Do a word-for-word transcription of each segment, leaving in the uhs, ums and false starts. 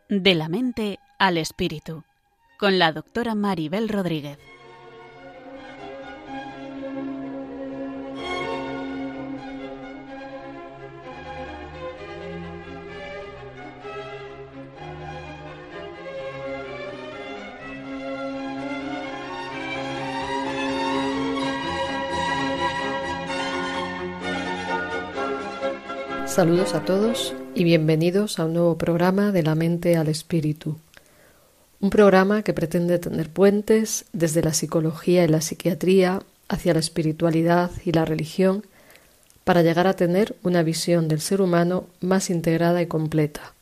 De la mente al espíritu, con la doctora Maribel Rodríguez. Saludos a todos y bienvenidos a un nuevo programa de la mente al espíritu. Un programa que pretende tender puentes desde la psicología y la psiquiatría hacia la espiritualidad y la religión para llegar a tener una visión del ser humano más integrada y completa.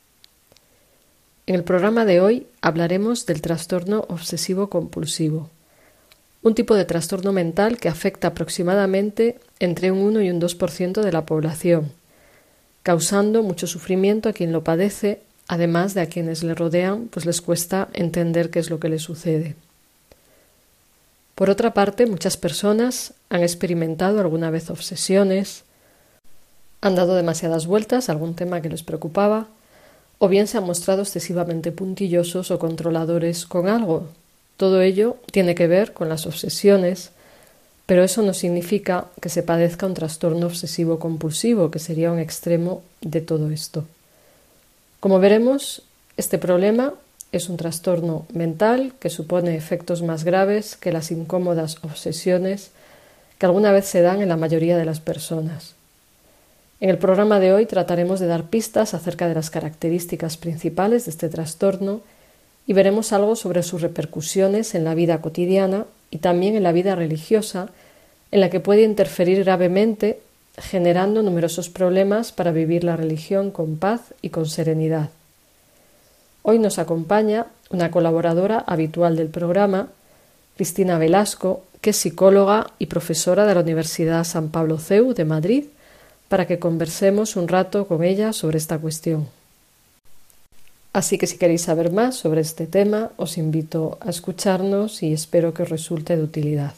En el programa de hoy hablaremos del trastorno obsesivo-compulsivo, un tipo de trastorno mental que afecta aproximadamente entre un uno y un dos por ciento de la población, causando mucho sufrimiento a quien lo padece, además de a quienes le rodean, pues les cuesta entender qué es lo que le sucede. Por otra parte, muchas personas han experimentado alguna vez obsesiones, han dado demasiadas vueltas a algún tema que les preocupaba, o bien se han mostrado excesivamente puntillosos o controladores con algo. Todo ello tiene que ver con las obsesiones, pero eso no significa que se padezca un trastorno obsesivo-compulsivo, que sería un extremo de todo esto. Como veremos, este problema es un trastorno mental que supone efectos más graves que las incómodas obsesiones que alguna vez se dan en la mayoría de las personas. En el programa de hoy trataremos de dar pistas acerca de las características principales de este trastorno y veremos algo sobre sus repercusiones en la vida cotidiana y también en la vida religiosa, en la que puede interferir gravemente, generando numerosos problemas para vivir la religión con paz y con serenidad. Hoy nos acompaña una colaboradora habitual del programa, Cristina Velasco, que es psicóloga y profesora de la Universidad San Pablo C E U de Madrid, para que conversemos un rato con ella sobre esta cuestión. Así que si queréis saber más sobre este tema, os invito a escucharnos y espero que os resulte de utilidad.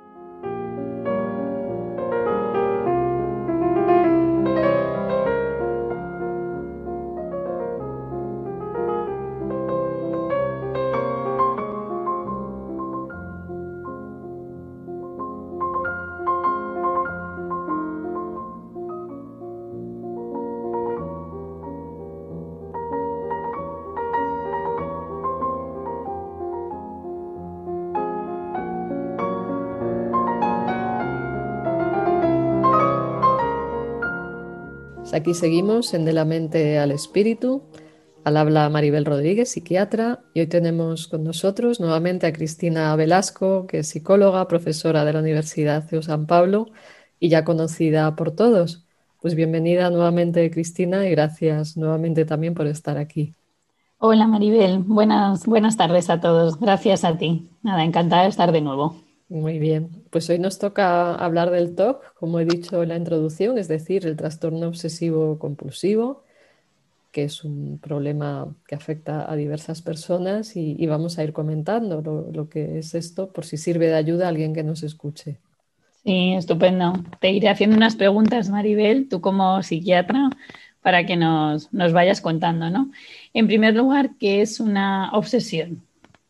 Aquí seguimos en De la mente al espíritu. Al habla Maribel Rodríguez, psiquiatra, y hoy tenemos con nosotros nuevamente a Cristina Velasco, que es psicóloga, profesora de la Universidad C E U San Pablo y ya conocida por todos. Pues bienvenida nuevamente, Cristina, y gracias nuevamente también por estar aquí. Hola Maribel, buenas, buenas tardes a todos. Gracias a ti. Nada, encantada de estar de nuevo. Muy bien, pues hoy nos toca hablar del T O C, como he dicho en la introducción, es decir, el trastorno obsesivo compulsivo, que es un problema que afecta a diversas personas y, y vamos a ir comentando lo, lo que es esto por si sirve de ayuda a alguien que nos escuche. Sí, estupendo. Te iré haciendo unas preguntas, Maribel, tú como psiquiatra, para que nos, nos vayas contando, ¿no? En primer lugar, ¿qué es una obsesión?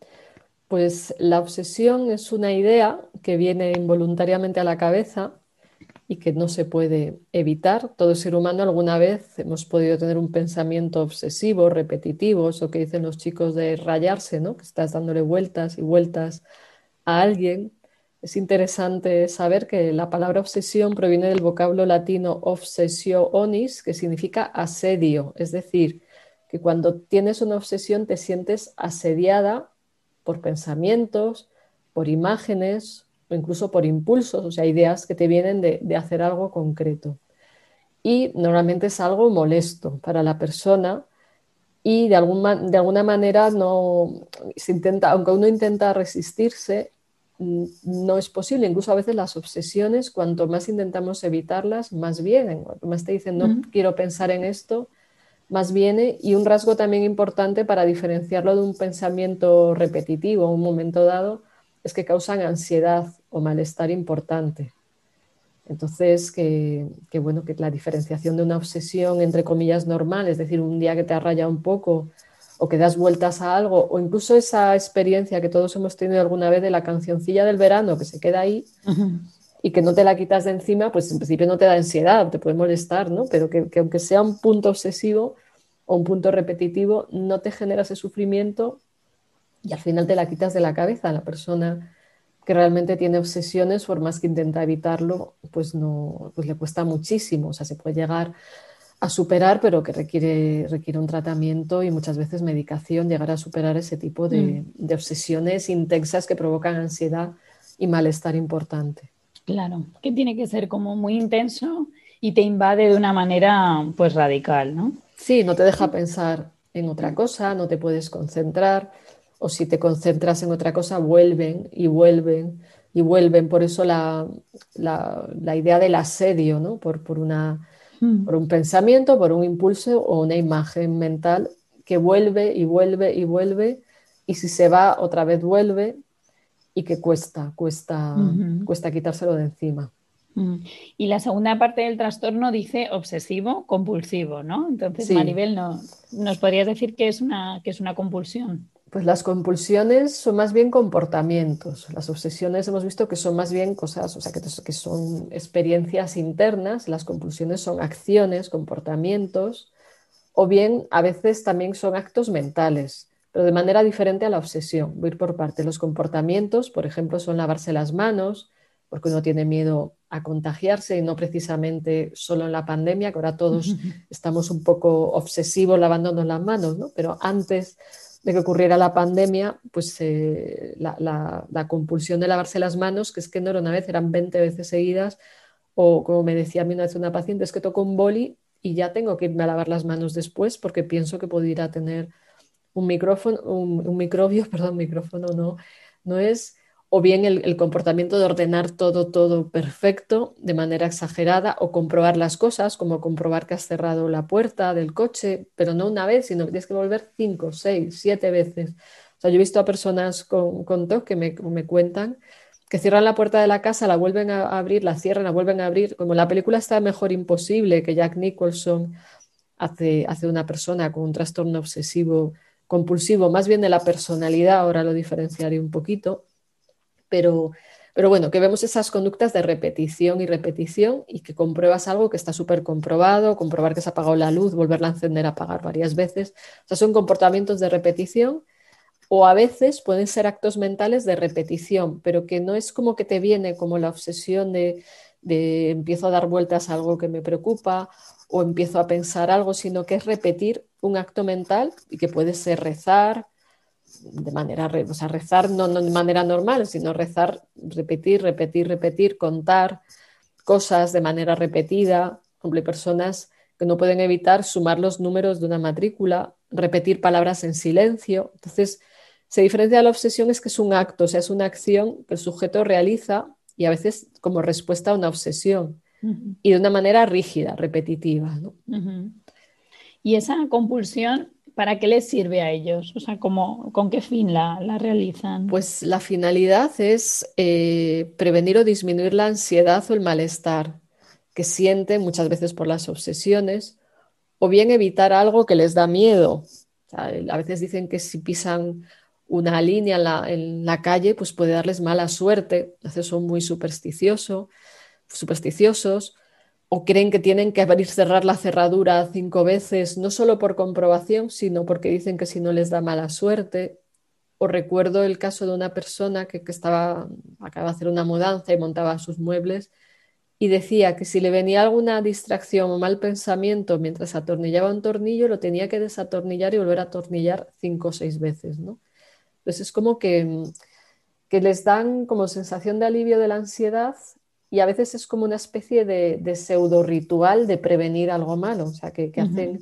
Pues la obsesión es una idea que viene involuntariamente a la cabeza y que no se puede evitar. Todo ser humano alguna vez hemos podido tener un pensamiento obsesivo, repetitivo, eso que dicen los chicos de rayarse, ¿no? Que estás dándole vueltas y vueltas a alguien. Es interesante saber que la palabra obsesión proviene del vocablo latino obsessionis, que significa asedio, es decir, que cuando tienes una obsesión te sientes asediada por pensamientos, por imágenes o incluso por impulsos, o sea, ideas que te vienen de, de hacer algo concreto. Y normalmente es algo molesto para la persona y de, algún, de alguna manera no, se intenta, aunque uno intenta resistirse, no es posible. Incluso a veces las obsesiones, cuanto más intentamos evitarlas, más vienen. Cuanto más te dicen no mm. quiero pensar en esto, más viene. Y un rasgo también importante para diferenciarlo de un pensamiento repetitivo en un momento dado es que causan ansiedad o malestar importante. Entonces, que, que bueno, que la diferenciación de una obsesión entre comillas normal, es decir, un día que te arraya un poco o que das vueltas a algo, o incluso esa experiencia que todos hemos tenido alguna vez de la cancioncilla del verano que se queda ahí uh-huh. y que no te la quitas de encima, pues en principio no te da ansiedad, te puede molestar, ¿no? Pero que, que aunque sea un punto obsesivo o un punto repetitivo, no te genera ese sufrimiento y al final te la quitas de la cabeza. La persona que realmente tiene obsesiones, por más que intenta evitarlo, pues, no, pues le cuesta muchísimo. O sea, se puede llegar a superar, pero que requiere, requiere un tratamiento y muchas veces medicación, llegar a superar ese tipo de, mm. de obsesiones intensas que provocan ansiedad y malestar importante. Claro, que tiene que ser como muy intenso y te invade de una manera pues radical, ¿no? Sí, no te deja pensar en otra cosa, no te puedes concentrar, o si te concentras en otra cosa, vuelven y vuelven y vuelven. Por eso la, la, la idea del asedio, ¿no? Por, por, una, mm. por un pensamiento, por un impulso o una imagen mental que vuelve y vuelve y vuelve, y si se va, otra vez vuelve, y que cuesta, cuesta, uh-huh. cuesta quitárselo de encima. Y la segunda parte del trastorno dice obsesivo compulsivo, ¿no? Entonces, sí. Maribel, ¿no, ¿nos podrías decir qué es una, qué es una compulsión? Pues las compulsiones son más bien comportamientos. Las obsesiones hemos visto que son más bien cosas, o sea, que, que son experiencias internas. Las compulsiones son acciones, comportamientos, o bien a veces también son actos mentales, pero de manera diferente a la obsesión. Voy a ir por parte. Los comportamientos, por ejemplo, son lavarse las manos, porque uno tiene miedo a contagiarse y no precisamente solo en la pandemia, que ahora todos estamos un poco obsesivos lavándonos las manos, ¿no? Pero antes de que ocurriera la pandemia, pues eh, la, la, la compulsión de lavarse las manos, que es que no era una vez, eran veinte veces seguidas, o como me decía a mí una vez una paciente, es que toco un boli y ya tengo que irme a lavar las manos después porque pienso que pudiera tener un micrófono, un, un microbio, perdón, micrófono no, no es... O bien el, el comportamiento de ordenar todo, todo perfecto de manera exagerada, o comprobar las cosas, como comprobar que has cerrado la puerta del coche, pero no una vez, sino que tienes que volver cinco, seis, siete veces. O sea, yo he visto a personas con, con T O C que me, me cuentan que cierran la puerta de la casa, la vuelven a abrir, la cierran, la vuelven a abrir, como la película está Mejor Imposible, que Jack Nicholson hace, hace una persona con un trastorno obsesivo compulsivo, más bien de la personalidad, ahora lo diferenciaré un poquito. Pero, pero bueno, que vemos esas conductas de repetición y repetición y que compruebas algo que está súper comprobado, comprobar que se ha apagado la luz, volverla a encender, apagar varias veces. O sea, son comportamientos de repetición o a veces pueden ser actos mentales de repetición, pero que no es como que te viene como la obsesión de, de empiezo a dar vueltas a algo que me preocupa o empiezo a pensar algo, sino que es repetir un acto mental y que puede ser rezar, de manera, o sea, rezar no, no de manera normal, sino rezar, repetir, repetir, repetir, contar cosas de manera repetida. Hay personas que no pueden evitar sumar los números de una matrícula, repetir palabras en silencio. Entonces, se diferencia de la obsesión es que es un acto, o sea, es una acción que el sujeto realiza y a veces como respuesta a una obsesión uh-huh. y de una manera rígida, repetitiva, ¿no? Uh-huh. Y esa compulsión, ¿para qué les sirve a ellos? O sea, ¿cómo, ¿con qué fin la, la realizan? Pues la finalidad es eh, prevenir o disminuir la ansiedad o el malestar que sienten muchas veces por las obsesiones, o bien evitar algo que les da miedo. O sea, a veces dicen que si pisan una línea en la, en la calle, pues puede darles mala suerte. A veces son muy supersticioso, supersticiosos. O creen que tienen que abrir cerrar la cerradura cinco veces, no solo por comprobación, sino porque dicen que si no les da mala suerte. O recuerdo el caso de una persona que, que estaba, acaba de hacer una mudanza y montaba sus muebles y decía que si le venía alguna distracción o mal pensamiento mientras atornillaba un tornillo, lo tenía que desatornillar y volver a atornillar cinco o seis veces, ¿no? Entonces es como que, que les dan como sensación de alivio de la ansiedad. Y a veces es como una especie de, de pseudo ritual de prevenir algo malo, o sea, que, que uh-huh. hacen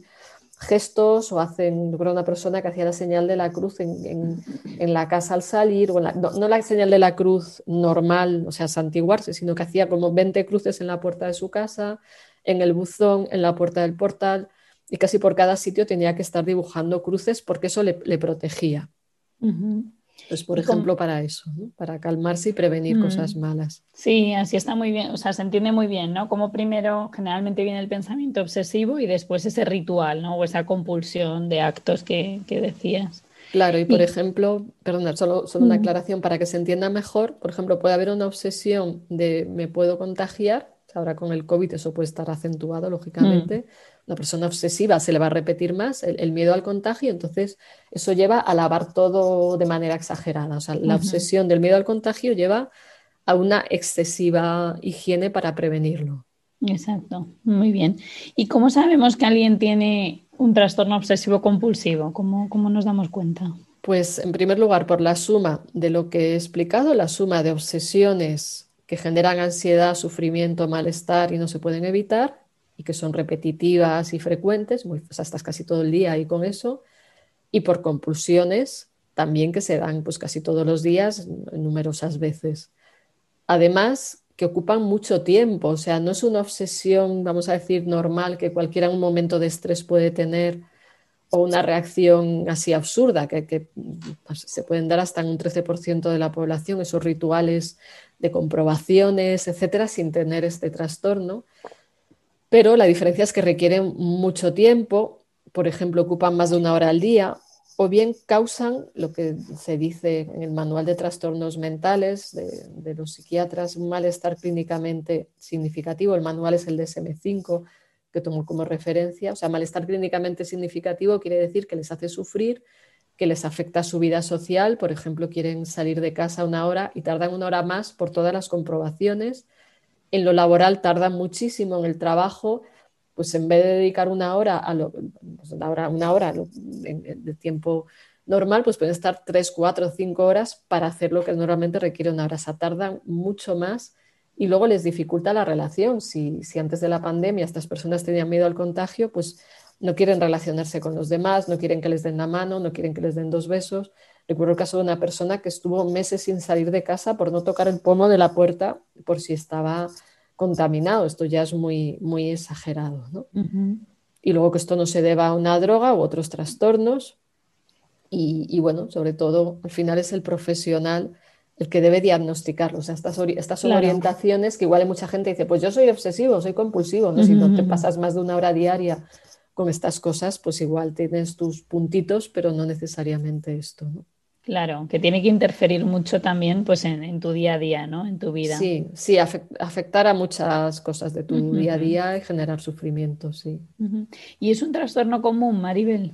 gestos o hacen, yo creo una persona que hacía la señal de la cruz en, en, en la casa al salir, o en la, no, no la señal de la cruz normal, o sea, santiguarse, sino que hacía como veinte cruces en la puerta de su casa, en el buzón, en la puerta del portal, y casi por cada sitio tenía que estar dibujando cruces porque eso le, le protegía. Uh-huh. Pues, por Y com- ejemplo, para eso, ¿no? Para calmarse y prevenir cosas Mm, malas. sí, así está muy bien, o sea, se entiende muy bien, ¿no? Como primero generalmente viene el pensamiento obsesivo y después ese ritual, ¿no? O esa compulsión de actos que, que decías. Claro, y por Y, ejemplo, perdona, solo, solo una mm, aclaración para que se entienda mejor. Por ejemplo, puede haber una obsesión de me puedo contagiar. Ahora con el COVID eso puede estar acentuado, mm, lógicamente. Una persona obsesiva se le va a repetir más el, el miedo al contagio, entonces eso lleva a lavar todo de manera exagerada. O sea, la ujú. obsesión del miedo al contagio lleva a una excesiva higiene para prevenirlo. Exacto, muy bien. ¿Y cómo sabemos que alguien tiene un trastorno obsesivo compulsivo? ¿Cómo, cómo nos damos cuenta? Pues en primer lugar, por la suma de lo que he explicado, la suma de obsesiones que generan ansiedad, sufrimiento, malestar y no se pueden evitar y que son repetitivas y frecuentes, muy, pues, estás casi todo el día ahí con eso, y por compulsiones también que se dan pues casi todos los días, numerosas veces. Además, que ocupan mucho tiempo, o sea, no es una obsesión, vamos a decir, normal que cualquiera en un momento de estrés puede tener o una reacción así absurda, que, que pues, se pueden dar hasta en un trece por ciento de la población, esos rituales de comprobaciones, etcétera, sin tener este trastorno. Pero la diferencia es que requieren mucho tiempo, por ejemplo, ocupan más de una hora al día, o bien causan lo que se dice en el manual de trastornos mentales de, de los psiquiatras, un malestar clínicamente significativo. El manual es el D S M cinco, que tomo como referencia. O sea, malestar clínicamente significativo quiere decir que les hace sufrir, que les afecta su vida social. Por ejemplo, quieren salir de casa una hora y tardan una hora más por todas las comprobaciones. En lo laboral tardan muchísimo, en el trabajo, pues en vez de dedicar una hora a lo, pues una hora, una hora lo- en- en- de tiempo normal, pues pueden estar tres, cuatro, cinco horas para hacer lo que normalmente requiere una hora. O sea, tardan mucho más y luego les dificulta la relación. Si, si antes de la pandemia estas personas tenían miedo al contagio, pues no quieren relacionarse con los demás, no quieren que les den la mano, no quieren que les den dos besos. Recuerdo el caso de una persona que estuvo meses sin salir de casa por no tocar el pomo de la puerta por si estaba contaminado. Esto ya es muy, muy exagerado, ¿no? Ujú. Y luego que esto no se deba a una droga u otros trastornos. Y, y bueno, sobre todo, al final es el profesional el que debe diagnosticarlo. O sea, estas, ori- estas son Claro. orientaciones que igual hay mucha gente dice, pues yo soy obsesivo, soy compulsivo, ¿no? Si Ujú, no te ujú. pasas más de una hora diaria con estas cosas, pues igual tienes tus puntitos, pero no necesariamente esto, ¿no? Claro, que tiene que interferir mucho también pues en, en tu día a día, ¿no? En tu vida. Sí, sí, afec- afectar a muchas cosas de tu Ujú, día a ujú, día y generar sufrimiento, sí. ujú. ¿Y es un trastorno común, Maribel?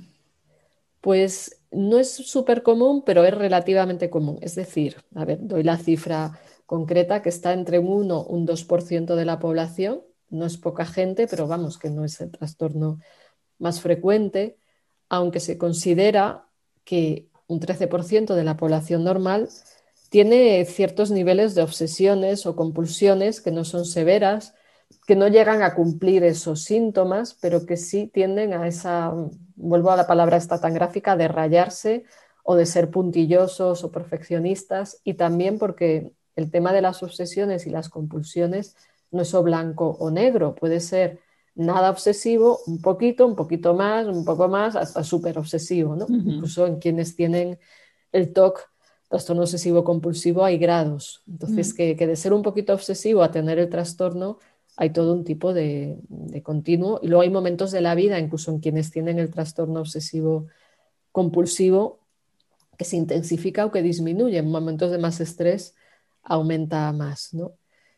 Pues no es súper común, pero es relativamente común. Es decir, a ver, doy la cifra concreta que está entre un uno y un dos por ciento de la población. No es poca gente, pero vamos, que no es el trastorno más frecuente, aunque se considera que un trece por ciento de la población normal tiene ciertos niveles de obsesiones o compulsiones que no son severas, que no llegan a cumplir esos síntomas, pero que sí tienden a esa, vuelvo a la palabra esta tan gráfica, de rayarse o de ser puntillosos o perfeccionistas, y también porque el tema de las obsesiones y las compulsiones no es o blanco o negro, puede ser nada obsesivo, un poquito, un poquito más, un poco más, hasta súper obsesivo, ¿no? Ujú, Incluso en quienes tienen el T O C, trastorno obsesivo compulsivo, hay grados. Entonces, ujú. que, que de ser un poquito obsesivo a tener el trastorno, hay todo un tipo de, de continuo. Y luego hay momentos de la vida, incluso en quienes tienen el trastorno obsesivo compulsivo, que se intensifica o que disminuye. En momentos de más estrés aumenta más, ¿no?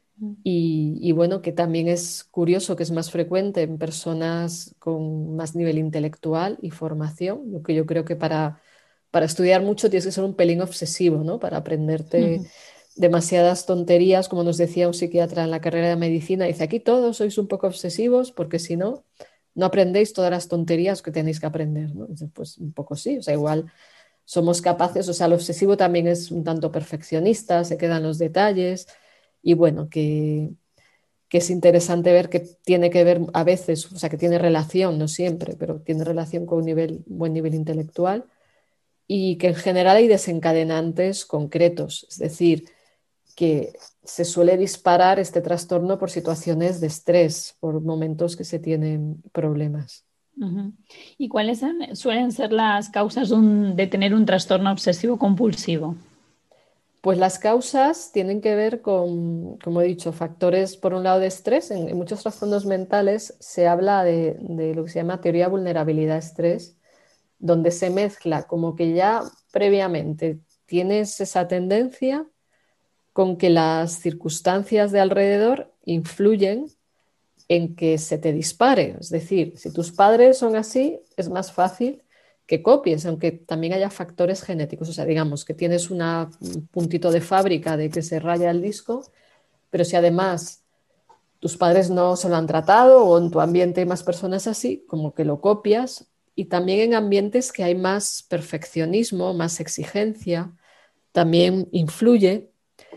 Y, y, bueno, que también es curioso que es más frecuente en personas con más nivel intelectual y formación, lo que yo creo que para, para estudiar mucho tienes que ser un pelín obsesivo, ¿no? Para aprenderte Ujú. demasiadas tonterías, como nos decía un psiquiatra en la carrera de medicina, dice, aquí todos sois un poco obsesivos porque si no, no aprendéis todas las tonterías que tenéis que aprender, ¿no? Dice, pues un poco sí, o sea, igual somos capaces, o sea, el obsesivo también es un tanto perfeccionista, se quedan los detalles y bueno, que, que es interesante ver que tiene que ver a veces, o sea, que tiene relación, no siempre, pero tiene relación con un nivel, buen nivel intelectual y que en general hay desencadenantes concretos, es decir, que se suele disparar este trastorno por situaciones de estrés, por momentos que se tienen problemas. Ujú. ¿Y cuáles son- suelen ser las causas de, un- de tener un trastorno obsesivo compulsivo? Pues las causas tienen que ver con, como he dicho, factores, por un lado, de estrés. En, en muchos trastornos mentales se habla de, de lo que se llama teoría vulnerabilidad-estrés, donde se mezcla como que ya previamente tienes esa tendencia con que las circunstancias de alrededor influyen en que se te dispare. Es decir, si tus padres son así, es más fácil que copies, aunque también haya factores genéticos. O sea, digamos que tienes una, un puntito de fábrica de que se raya el disco, pero si además tus padres no se lo han tratado o en tu ambiente hay más personas así, como que lo copias. Y también en ambientes que hay más perfeccionismo, más exigencia, también influye.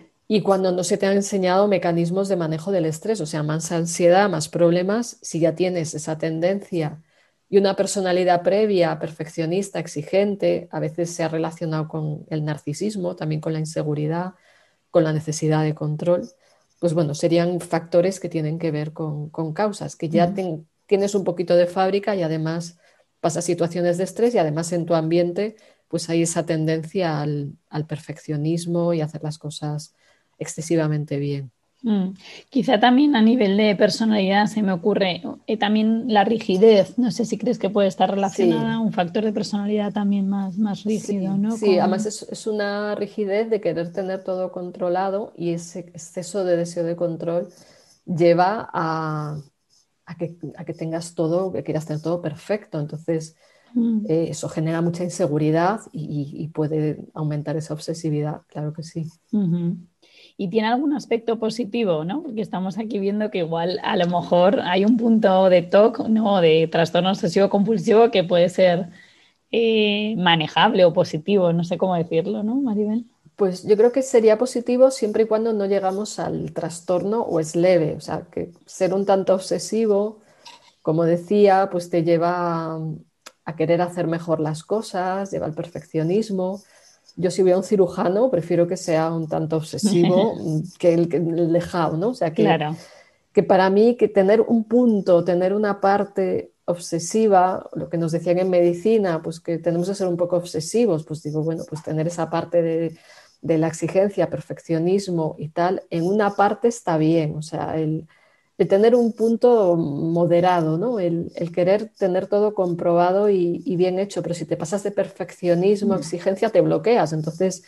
Y cuando no se te han enseñado mecanismos de manejo del estrés, o sea, más ansiedad, más problemas, si ya tienes esa tendencia y una personalidad previa, perfeccionista, exigente, a veces se ha relacionado con el narcisismo, también con la inseguridad, con la necesidad de control, pues bueno, serían factores que tienen que ver con, con causas, que ya Ujú. ten- tienes un poquito de fábrica y además pasas situaciones de estrés y además en tu ambiente pues hay esa tendencia al, al perfeccionismo y hacer las cosas excesivamente bien. Mm. Quizá también a nivel de personalidad se me ocurre eh, también la rigidez. No sé si crees que puede estar relacionada a Sí, un factor de personalidad también más, más rígido, sí, ¿no? sí, además Con... es, es una rigidez de querer tener todo controlado y ese exceso de deseo de control lleva a, a que, a que tengas todo, que quieras tener todo perfecto. Entonces, Mm. eh, eso genera mucha inseguridad y, y- y puede aumentar esa obsesividad, claro que sí. Ujú. Y tiene algún aspecto positivo, ¿no? Porque estamos aquí viendo que igual a lo mejor hay un punto de T O C, ¿no? De trastorno obsesivo compulsivo que puede ser eh, manejable o positivo, no sé cómo decirlo, ¿no, Maribel? Pues yo creo que sería positivo siempre y cuando no llegamos al trastorno o es leve. O sea, que ser un tanto obsesivo, como decía, pues te lleva a, a querer hacer mejor las cosas, lleva al perfeccionismo. Yo si veo a un cirujano, prefiero que sea un tanto obsesivo mm, que el, que el dejado, ¿no? O sea, que, Claro, que para mí que tener un punto, tener una parte obsesiva, lo que nos decían en medicina, pues que tenemos que ser un poco obsesivos, pues digo, bueno, pues tener esa parte de, de la exigencia, perfeccionismo y tal, en una parte está bien, o sea, el, el tener un punto moderado, ¿no? El, el querer tener todo comprobado y, y bien hecho, pero si te pasas de perfeccionismo, exigencia, te bloqueas, entonces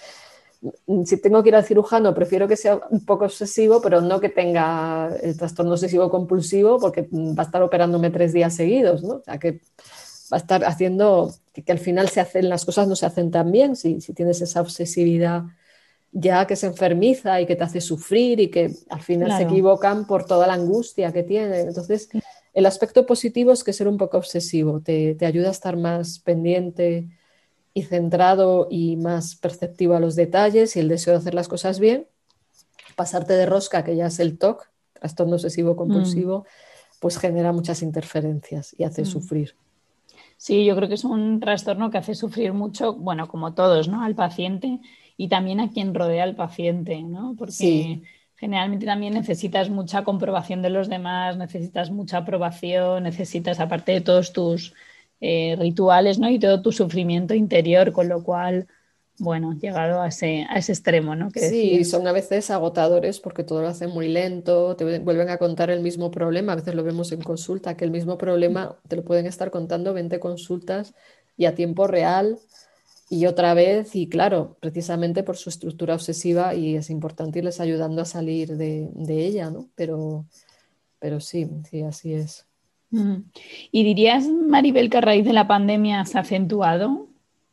si tengo que ir al cirujano, prefiero que sea un poco obsesivo, pero no que tenga el trastorno obsesivo compulsivo, porque va a estar operándome tres días seguidos, ¿no? O sea, que va a estar haciendo que, que al final se hacen las cosas no se hacen tan bien si, si tienes esa obsesividad ya que se enfermiza y que te hace sufrir y que al final se claro. equivocan por toda la angustia que tienen. Entonces, el aspecto positivo es que ser un poco obsesivo te, te ayuda a estar más pendiente y centrado y más perceptivo a los detalles y el deseo de hacer las cosas bien. Pasarte de rosca, que ya es el T O C, trastorno obsesivo Mm, compulsivo, pues genera muchas interferencias y hace mm. sufrir. Sí, yo creo que es un trastorno que hace sufrir mucho, bueno, como todos, ¿no? Al paciente y también a quien rodea al paciente, ¿no? Porque Sí, generalmente también necesitas mucha comprobación de los demás, necesitas mucha aprobación, necesitas, aparte de todos tus eh, rituales, ¿no? Y todo tu sufrimiento interior, con lo cual, bueno, llegado a ese, a ese extremo, ¿no? Que sí, decías. son a veces agotadores porque todo lo hacen muy lento, te vuelven a contar el mismo problema, a veces lo vemos en consulta, que el mismo problema te lo pueden estar contando veinte consultas y a tiempo real y otra vez, y claro, precisamente por su estructura obsesiva y es importante irles ayudando a salir de, de ella, ¿no? Pero, pero sí, sí, así es. Mm. ¿Y dirías, Maribel, que a raíz de la pandemia se ha acentuado?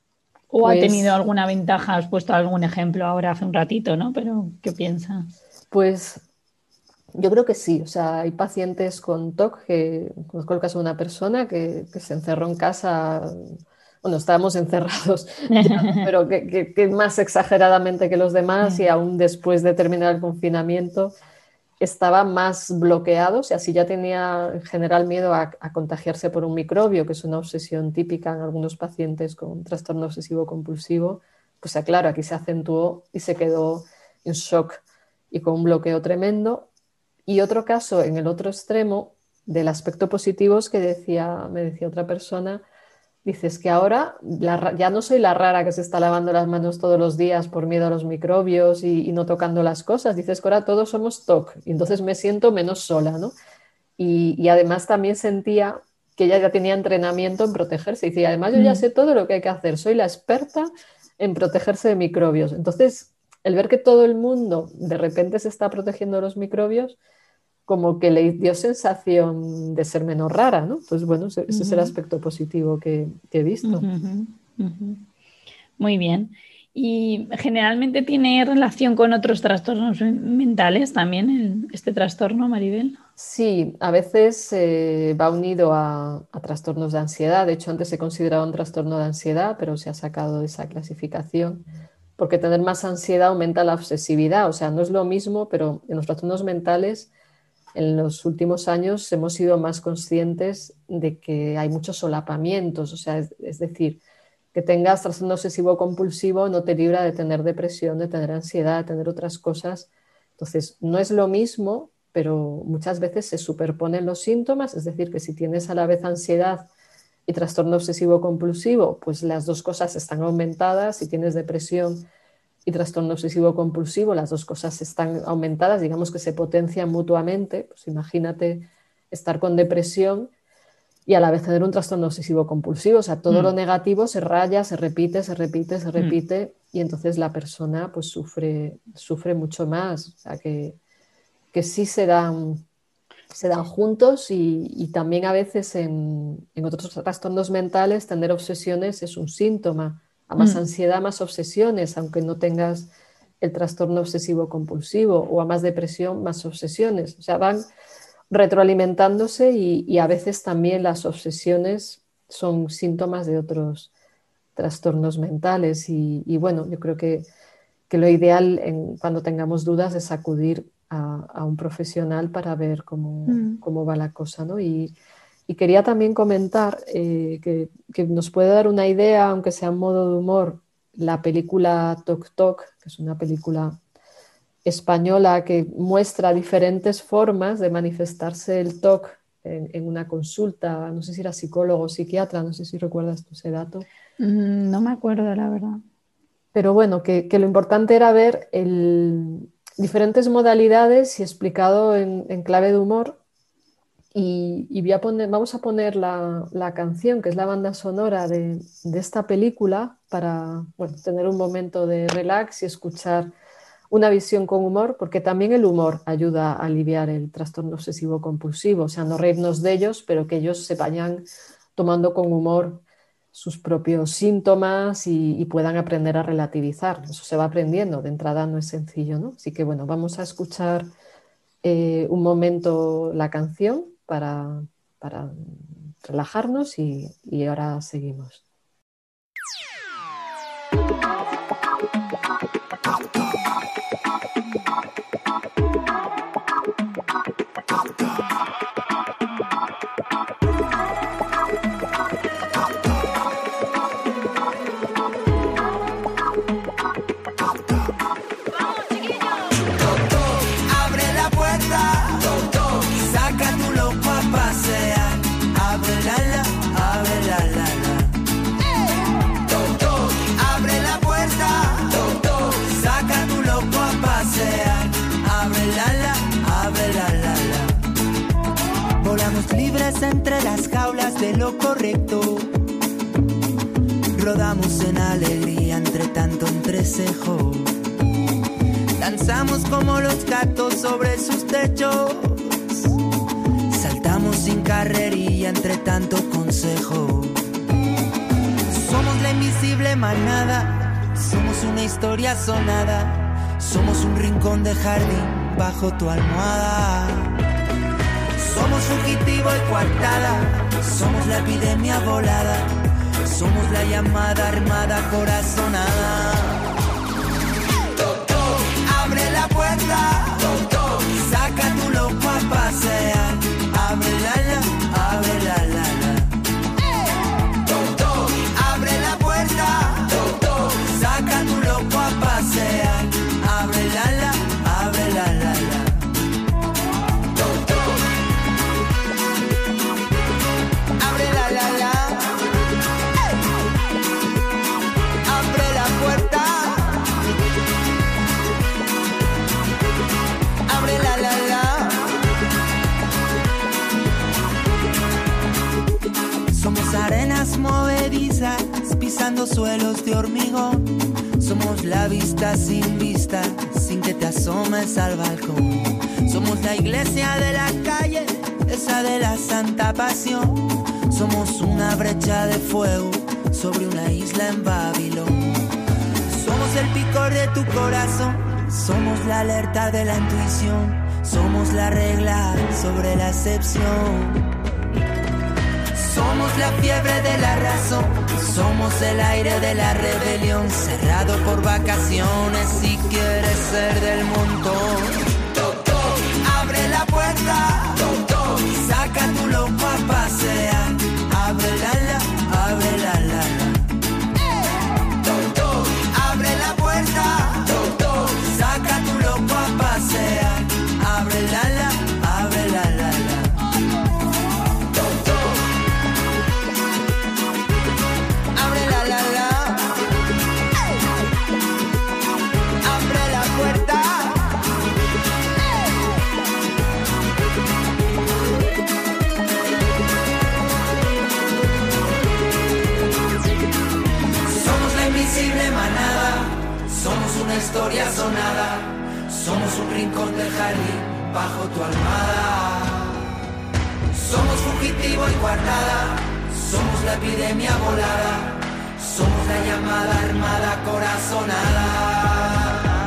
¿O ha tenido Pues, alguna ventaja? Has puesto algún ejemplo ahora hace un ratito, ¿no? Pero, ¿qué piensas? pues yo creo que sí, o sea, hay pacientes con T O C, que conozco el caso de una persona que, que se encerró en casa, bueno, estábamos encerrados ya, ¿no? Pero que, que- que más exageradamente que los demás y Sí. aún después de terminar el confinamiento estaba más bloqueado, o sea, si ya tenía en general miedo a, a contagiarse por un microbio, que es una obsesión típica en algunos pacientes con trastorno obsesivo compulsivo, pues ah, claro, aquí se acentuó y se quedó en shock y con un bloqueo tremendo. Y otro caso, en el otro extremo, del aspecto positivo es que decía, me decía otra persona, dices que ahora la, ya no soy la rara que se está lavando las manos todos los días por miedo a los microbios y, y no tocando las cosas, dices que ahora todos somos T O C y entonces me siento menos sola, ¿no? Y, y además también sentía que ella ya tenía entrenamiento en protegerse. Y decía, además yo ya sé todo lo que hay que hacer, soy la experta en protegerse de microbios. Entonces, el ver que todo el mundo de repente se está protegiendo de los microbios, como que le dio sensación de ser menos rara, ¿no? Pues bueno, ese, ese uh-huh. es el aspecto positivo que, que he visto. Uh-huh. Uh-huh. Muy bien. ¿Y generalmente tiene relación con otros trastornos mentales también el, este trastorno, Maribel? Sí, a veces eh, va unido a, a trastornos de ansiedad. De hecho, antes se consideraba un trastorno de ansiedad, pero se ha sacado de esa clasificación, porque tener más ansiedad aumenta la obsesividad. O sea, no es lo mismo, pero en los trastornos mentales, en los últimos años hemos sido más conscientes de que hay muchos solapamientos. O sea, es, es decir, que tengas trastorno obsesivo compulsivo no te libra de tener depresión, de tener ansiedad, de tener otras cosas. Entonces, no es lo mismo, pero muchas veces se superponen los síntomas, es decir, que si tienes a la vez ansiedad y trastorno obsesivo compulsivo, pues las dos cosas están aumentadas. Si tienes depresión y trastorno obsesivo compulsivo, las dos cosas están aumentadas, digamos que se potencian mutuamente. Pues imagínate estar con depresión y a la vez tener un trastorno obsesivo compulsivo, o sea, todo mm. lo negativo se raya, se repite, se repite, se repite, mm. y entonces la persona pues sufre, sufre mucho más. O sea, que, que sí se dan, se dan juntos y, y también a veces en, en otros trastornos mentales tener obsesiones es un síntoma. A más mm. ansiedad, más obsesiones, aunque no tengas el trastorno obsesivo compulsivo, o a más depresión, más obsesiones. O sea, van retroalimentándose y, y a veces también las obsesiones son síntomas de otros trastornos mentales y, y bueno, yo creo que, que lo ideal en, cuando tengamos dudas es acudir a, a un profesional para ver cómo, mm. cómo va la cosa, ¿no? Y, y quería también comentar eh, que, que nos puede dar una idea, aunque sea en modo de humor, la película Toc Toc, que es una película española que muestra diferentes formas de manifestarse el T O C en, en una consulta. No sé si era psicólogo o psiquiatra, no sé si recuerdas tú ese dato. Mm, no me acuerdo, la verdad. Pero bueno, que, que lo importante era ver el, diferentes modalidades y explicado en, en clave de humor. Y, y voy a poner, vamos a poner la, la canción, que es la banda sonora de, de esta película, para bueno, tener un momento de relax y escuchar una visión con humor, porque también el humor ayuda a aliviar el trastorno obsesivo compulsivo, o sea, no reírnos de ellos, pero que ellos se vayan tomando con humor sus propios síntomas y, y puedan aprender a relativizar. Eso se va aprendiendo, de entrada no es sencillo, ¿no? Así que bueno, vamos a escuchar eh, un momento la canción para, para relajarnos y, y ahora seguimos. Libres entre las jaulas de lo correcto, rodamos en alegría entre tanto entrecejo, danzamos como los gatos sobre sus techos, saltamos sin carrerilla entre tanto consejo. Somos la invisible manada, somos una historia sonada, somos un rincón de jardín bajo tu almohada. Somos fugitivo y coartada, somos la epidemia volada, somos la llamada armada corazonada. Toc, toc, abre la puerta, toc, toc, saca tu loco a pasear, abre la la, abre la la la. Toc, toc, abre la puerta, toc, toc, saca tu loco a pasear, abre la la, abre la la la. Toc, toc. arenas movedizas, pisando suelos de hormigón. Somos la vista sin vista, sin que te asomes al balcón. Somos la iglesia de la calle, esa de la santa pasión. Somos una brecha de fuego sobre una isla en Babilón. Somos el picor de tu corazón, somos la alerta de la intuición. Somos la regla sobre la excepción. Somos la fiebre de la razón, somos el aire de la rebelión. Cerrado por vacaciones si quieres ser del montón. Toc, toc, abre la puerta, toc, toc, saca tu loco a pasear. Abre la la, abre la la la. Toc, toc, abre la puerta, toc, toc, saca tu loco a pasear. Abre la la, abre la la la. Somos una historia sonada, somos un rincón del jardín bajo tu almohada. Somos fugitivo y guardada, somos la epidemia volada, somos la llamada armada corazonada.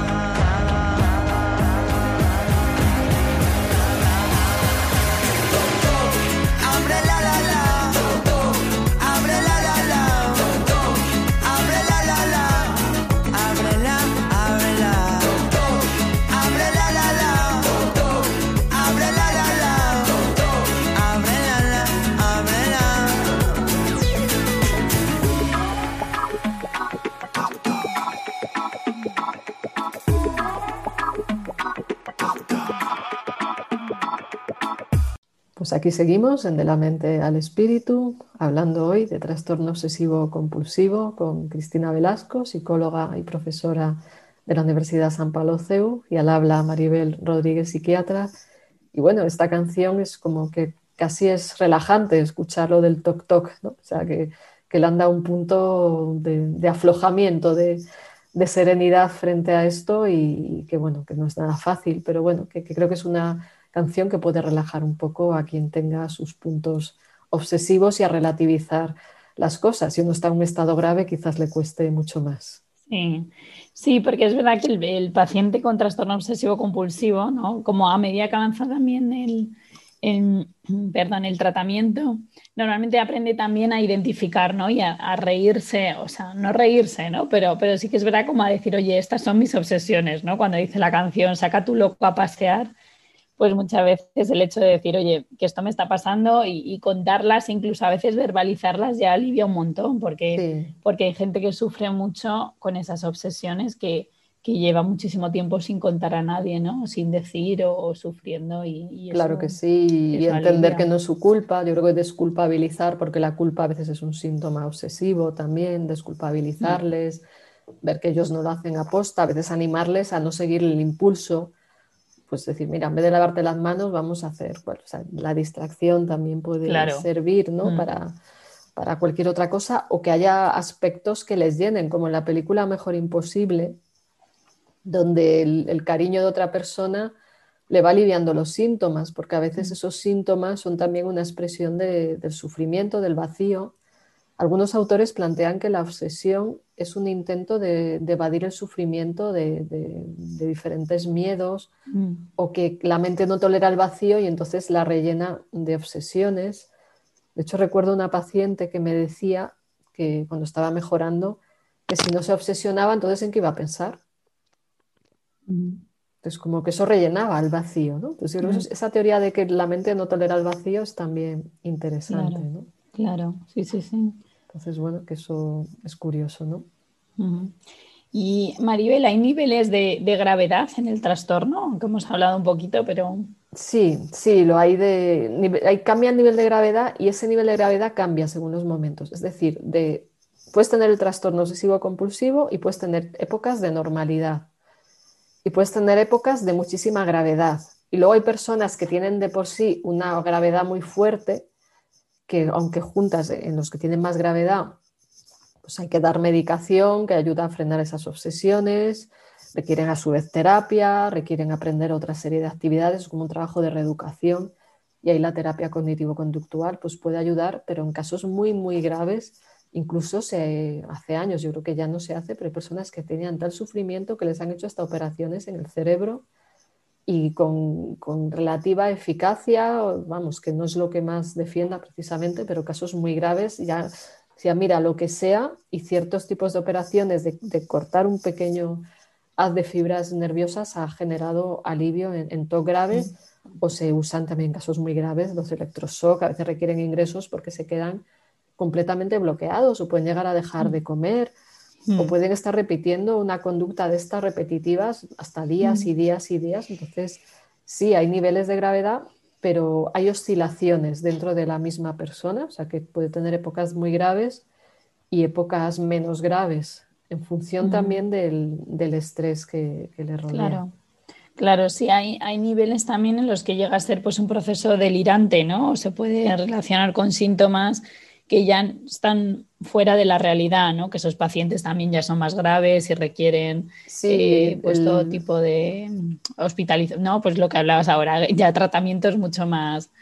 Pues aquí seguimos en De la mente al espíritu, hablando hoy de trastorno obsesivo compulsivo con Cristina Velasco, psicóloga y profesora de la Universidad San Pablo C E U, y al habla Maribel Rodríguez, psiquiatra. Y bueno, esta canción es como que casi es relajante escucharlo del toc toc, ¿no? O sea, que, que le han dado un punto de, de aflojamiento, de, de serenidad frente a esto, y, y que bueno, que no es nada fácil, pero bueno, que, que creo que es una canción que puede relajar un poco a quien tenga sus puntos obsesivos y a relativizar las cosas. Si uno está en un estado grave, quizás le cueste mucho más. Sí, sí, porque es verdad que el, el paciente con trastorno obsesivo compulsivo, ¿no? Como a medida que avanza también el, el, perdón, el tratamiento, normalmente aprende también a identificar, ¿no? Y a, a reírse, o sea, no reírse, ¿no? Pero, pero sí que es verdad como a decir, oye, estas son mis obsesiones, ¿no? Cuando dice la canción, saca tu loco a pasear, pues muchas veces el hecho de decir, oye, que esto me está pasando y, y contarlas, incluso a veces verbalizarlas, ya alivia un montón, porque, sí. porque hay gente que sufre mucho con esas obsesiones que, que lleva muchísimo tiempo sin contar a nadie, ¿no? Sin decir o, o sufriendo. Y, y eso, claro que sí, y entender alivia. Que no es su culpa. Yo creo que desculpabilizar, porque la culpa a veces es un síntoma obsesivo también, desculpabilizarles, mm. ver que ellos no lo hacen aposta, a veces animarles a no seguir el impulso. Pues decir, mira, en vez de lavarte las manos, vamos a hacer, bueno, o sea, la distracción también puede claro. servir, ¿no? Mm. Para, para cualquier otra cosa, o que haya aspectos que les llenen, como en la película Mejor Imposible, donde el, el cariño de otra persona le va aliviando los síntomas, porque a veces mm. esos síntomas son también una expresión de, del sufrimiento, del vacío. Algunos autores plantean que la obsesión es un intento de, de evadir el sufrimiento de, de, de diferentes miedos mm. o que la mente no tolera el vacío y entonces la rellena de obsesiones. De hecho, recuerdo una paciente que me decía que cuando estaba mejorando, que si no se obsesionaba, entonces ¿en qué iba a pensar? Mm. Entonces, como que eso rellenaba el vacío, ¿no? Entonces, yo creo mm. que esa teoría de que la mente no tolera el vacío es también interesante, claro, ¿no? Claro, sí, sí, sí. Entonces, bueno, que eso es curioso, ¿no? Uh-huh. Y Maribel, ¿hay niveles de, de gravedad en el trastorno? Aunque hemos hablado un poquito, pero... Sí, sí, lo hay de... Hay, cambia el nivel de gravedad y ese nivel de gravedad cambia según los momentos. Es decir, de, puedes tener el trastorno obsesivo compulsivo y puedes tener épocas de normalidad. Y puedes tener épocas de muchísima gravedad. Y luego hay personas que tienen de por sí una gravedad muy fuerte, que aunque juntas en los que tienen más gravedad, pues hay que dar medicación que ayuda a frenar esas obsesiones, requieren a su vez terapia, requieren aprender otra serie de actividades, como un trabajo de reeducación, y ahí la terapia cognitivo-conductual pues puede ayudar, pero en casos muy, muy graves, incluso se, hace años, yo creo que ya no se hace, pero hay personas que tenían tal sufrimiento que les han hecho hasta operaciones en el cerebro y con, con relativa eficacia, vamos, que no es lo que más defienda precisamente, pero casos muy graves, ya, ya mira, lo que sea, y ciertos tipos de operaciones de, de cortar un pequeño haz de fibras nerviosas ha generado alivio en, en T O C grave, o se usan también en casos muy graves los electroshock, a veces requieren ingresos porque se quedan completamente bloqueados o pueden llegar a dejar de comer o pueden estar repitiendo una conducta de estas repetitivas hasta días y días y días. Entonces, sí, hay niveles de gravedad, pero hay oscilaciones dentro de la misma persona, o sea que puede tener épocas muy graves y épocas menos graves, en función Mm. también del, del estrés que, que le rodea. Claro, claro, sí, hay, hay niveles también en los que llega a ser pues, un proceso delirante, ¿no? O se puede relacionar con síntomas que ya están fuera de la realidad, ¿no? Que esos pacientes también ya son más graves y requieren Sí, eh, pues el- todo tipo de hospitalización, ¿no? Pues lo que hablabas ahora, ya tratamientos mucho más,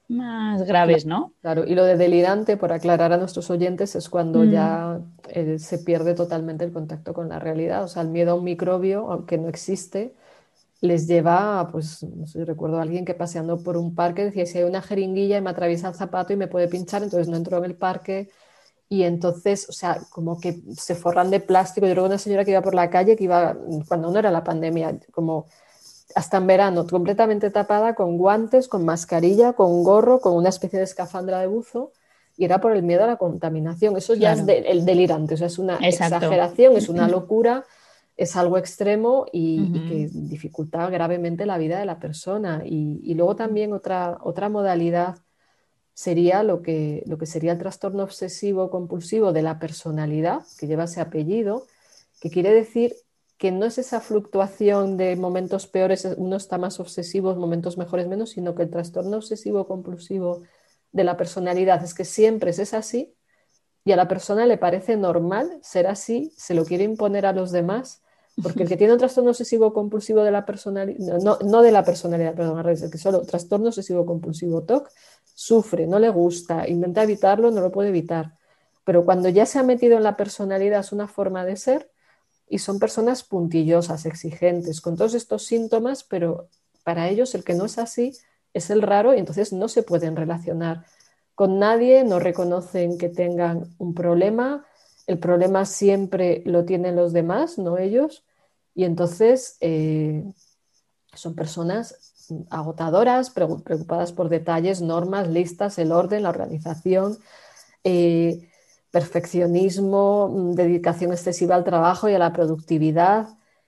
más graves, ¿no? Claro, y lo de delirante, por aclarar a nuestros oyentes, es cuando Mm, ya eh, se pierde totalmente el contacto con la realidad. O sea, el miedo a un microbio, aunque no existe, les lleva a, pues, no sé, recuerdo a alguien que paseando por un parque decía, si hay una jeringuilla y me atraviesa el zapato y me puede pinchar, entonces no entro en el parque. Y entonces, o sea, como que se forran de plástico. Yo creo que una señora que iba por la calle, que iba, cuando no era la pandemia, como hasta en verano, completamente tapada, con guantes, con mascarilla, con gorro, con una especie de escafandra de buzo, y era por el miedo a la contaminación. Eso ya es claro, de- el delirante, o sea, es una exacto. exageración, es una locura, es algo extremo y, y Ujú, que dificulta gravemente la vida de la persona. Y, y luego también otra, otra modalidad sería lo que, lo que sería el trastorno obsesivo compulsivo de la personalidad, que lleva ese apellido, que quiere decir que no es esa fluctuación de momentos peores, uno está más obsesivo, momentos mejores menos, sino que el trastorno obsesivo compulsivo de la personalidad es que siempre es así y a la persona le parece normal ser así, se lo quiere imponer a los demás, porque el que tiene un trastorno obsesivo compulsivo de la personalidad, no, no de la personalidad, perdón, al revés, el que solo trastorno obsesivo compulsivo T O C, sufre, no le gusta, intenta evitarlo, no lo puede evitar. Pero cuando ya se ha metido en la personalidad es una forma de ser y son personas puntillosas, exigentes, con todos estos síntomas, pero para ellos el que no es así es el raro y entonces no se pueden relacionar con nadie, no reconocen que tengan un problema, el problema siempre lo tienen los demás, no ellos, y entonces eh, son personas agotadoras, preocupadas por detalles, normas, listas, el orden, la organización, eh, perfeccionismo, dedicación excesiva al trabajo y a la productividad.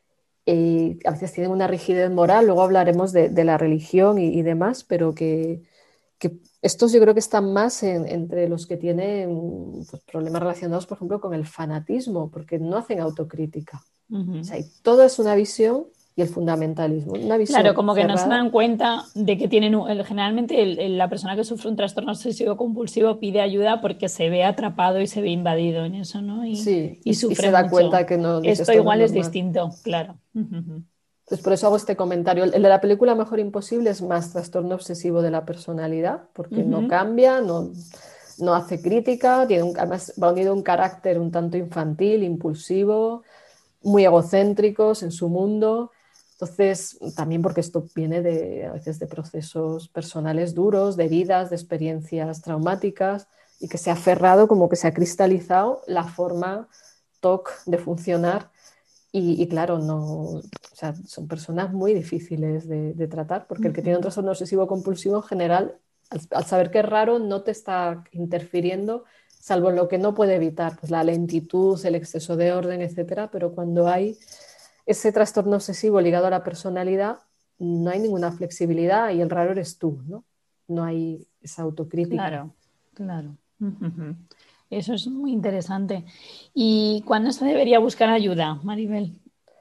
Eh, a veces tienen una rigidez moral, luego hablaremos de, de la religión y, y demás, pero que, que estos yo creo que están más en, entre los que tienen pues, problemas relacionados, por ejemplo, con el fanatismo, porque no hacen autocrítica. O ujú. sea, todo es una visión y el fundamentalismo, una Claro, visión como que no se cerrada. dan cuenta de que tienen, un- el- generalmente el- el- la persona que sufre un trastorno obsesivo compulsivo pide ayuda porque se ve atrapado y se ve invadido en eso, ¿no? Y, Sí, y, y y se sufre da mucho. cuenta que no, dice Esto esto no es igual es normal. distinto, claro. Ujú, Entonces, por eso hago este comentario. El, el de la película Mejor Imposible es más trastorno obsesivo de la personalidad, porque no ujú. cambia, no, no hace crítica, tiene un, además va unido a un carácter un tanto infantil, impulsivo, muy egocéntricos en su mundo. Entonces, también porque esto viene de, a veces de procesos personales duros, de vidas, de experiencias traumáticas, y que se ha aferrado, como que se ha cristalizado la forma T O C de funcionar. Y, y claro, no, o sea, son personas muy difíciles de, de tratar, porque el que tiene un Ujú. trastorno obsesivo compulsivo en general, al, al saber que es raro, no te está interfiriendo, salvo en lo que no puede evitar, pues la lentitud, el exceso de orden, etcétera. Pero cuando hay ese trastorno obsesivo ligado a la personalidad, no hay ninguna flexibilidad y el raro eres tú, ¿no? No hay esa autocrítica. Claro, claro. Ujú. Eso es muy interesante. ¿Y cuándo se debería buscar ayuda, Maribel?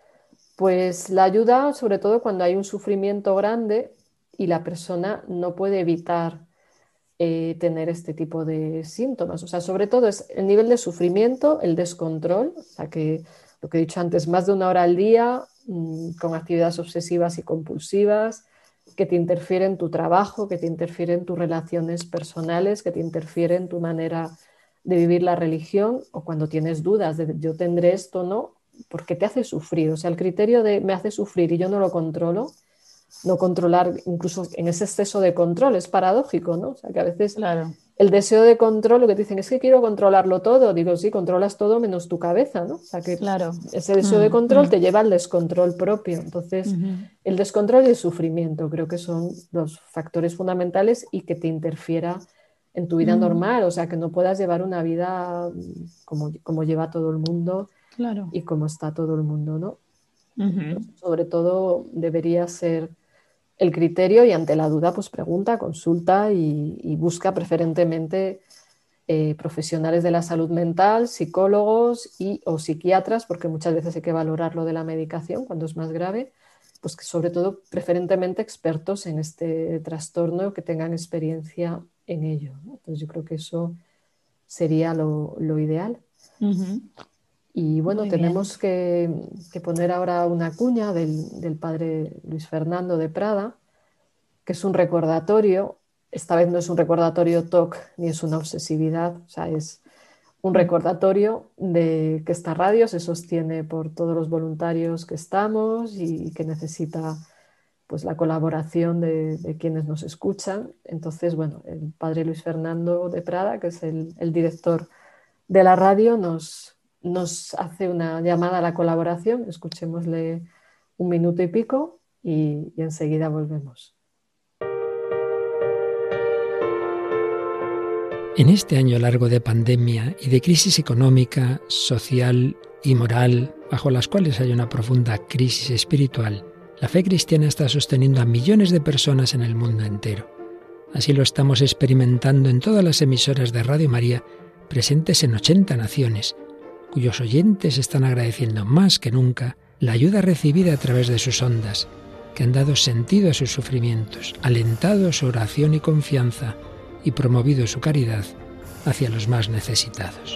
Pues la ayuda, sobre todo cuando hay un sufrimiento grande y la persona no puede evitar eh, tener este tipo de síntomas. O sea, sobre todo es el nivel de sufrimiento, el descontrol, o sea, que lo que he dicho antes, más de una hora al día, mmm, con actividades obsesivas y compulsivas, que te interfieren en tu trabajo, que te interfieren en tus relaciones personales, que te interfieren en tu manera de vivir la religión, o cuando tienes dudas de yo tendré esto o no, porque te hace sufrir. O sea, el criterio de me hace sufrir y yo no lo controlo, no controlar, incluso en ese exceso de control, es paradójico, ¿no? O sea, que a veces Claro. el deseo de control, lo que te dicen es que quiero controlarlo todo. Digo, sí, controlas todo menos tu cabeza, ¿no? O sea, que Claro. ese deseo Mm, de control mm. te lleva al descontrol propio. Entonces, Ujú. el descontrol y el sufrimiento creo que son los factores fundamentales y que te interfiera en tu vida Mm. normal. O sea, que no puedas llevar una vida como, como lleva todo el mundo Claro. y como está todo el mundo, ¿no? Ujú. Sobre todo debería ser el criterio y ante la duda pues pregunta, consulta y, y busca preferentemente eh, profesionales de la salud mental, psicólogos y, o psiquiatras, porque muchas veces hay que valorar lo de la medicación cuando es más grave, pues que sobre todo preferentemente expertos en este trastorno que tengan experiencia en ello, ¿no? Entonces yo creo que eso sería lo, lo ideal. Ujú. Y bueno, Muy tenemos que, que poner ahora una cuña del, del padre Luis Fernando de Prada, que es un recordatorio. Esta vez no es un recordatorio T O C ni es una obsesividad, o sea, es un bien. recordatorio de que esta radio se sostiene por todos los voluntarios que estamos y que necesita pues la colaboración de, de quienes nos escuchan. Entonces, bueno, el padre Luis Fernando de Prada, que es el, el director de la radio, nos, nos hace una llamada a la colaboración. Escuchémosle un minuto y pico y, y enseguida volvemos. En este año largo de pandemia y de crisis económica, social y moral, bajo las cuales hay una profunda crisis espiritual, la fe cristiana está sosteniendo a millones de personas en el mundo entero. Así lo estamos experimentando en todas las emisoras de Radio María, presentes en ochenta naciones, cuyos oyentes están agradeciendo más que nunca la ayuda recibida a través de sus ondas, que han dado sentido a sus sufrimientos, alentado su oración y confianza, y promovido su caridad hacia los más necesitados.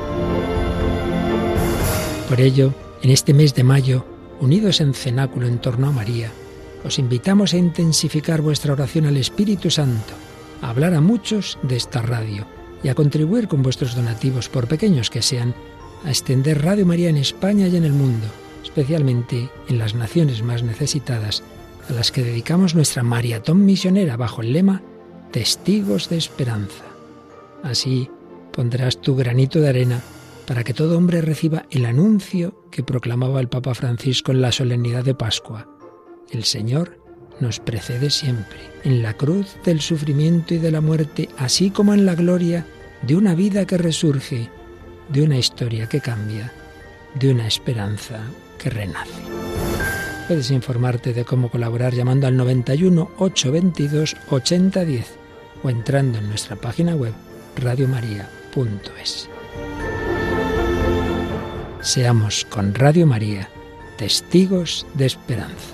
Por ello, en este mes de mayo, unidos en cenáculo en torno a María, os invitamos a intensificar vuestra oración al Espíritu Santo, a hablar a muchos de esta radio y a contribuir con vuestros donativos, por pequeños que sean, a extender Radio María en España y en el mundo, especialmente en las naciones más necesitadas, a las que dedicamos nuestra maratón misionera bajo el lema Testigos de Esperanza. Así pondrás tu granito de arena para que todo hombre reciba el anuncio que proclamaba el Papa Francisco en la solemnidad de Pascua. El Señor nos precede siempre, en la cruz del sufrimiento y de la muerte, así como en la gloria de una vida que resurge, de una historia que cambia, de una esperanza que renace. Puedes informarte de cómo colaborar llamando al noventa y uno, ochocientos veintidós, ochenta diez o entrando en nuestra página web radio maría punto es. Seamos con Radio María testigos de esperanza.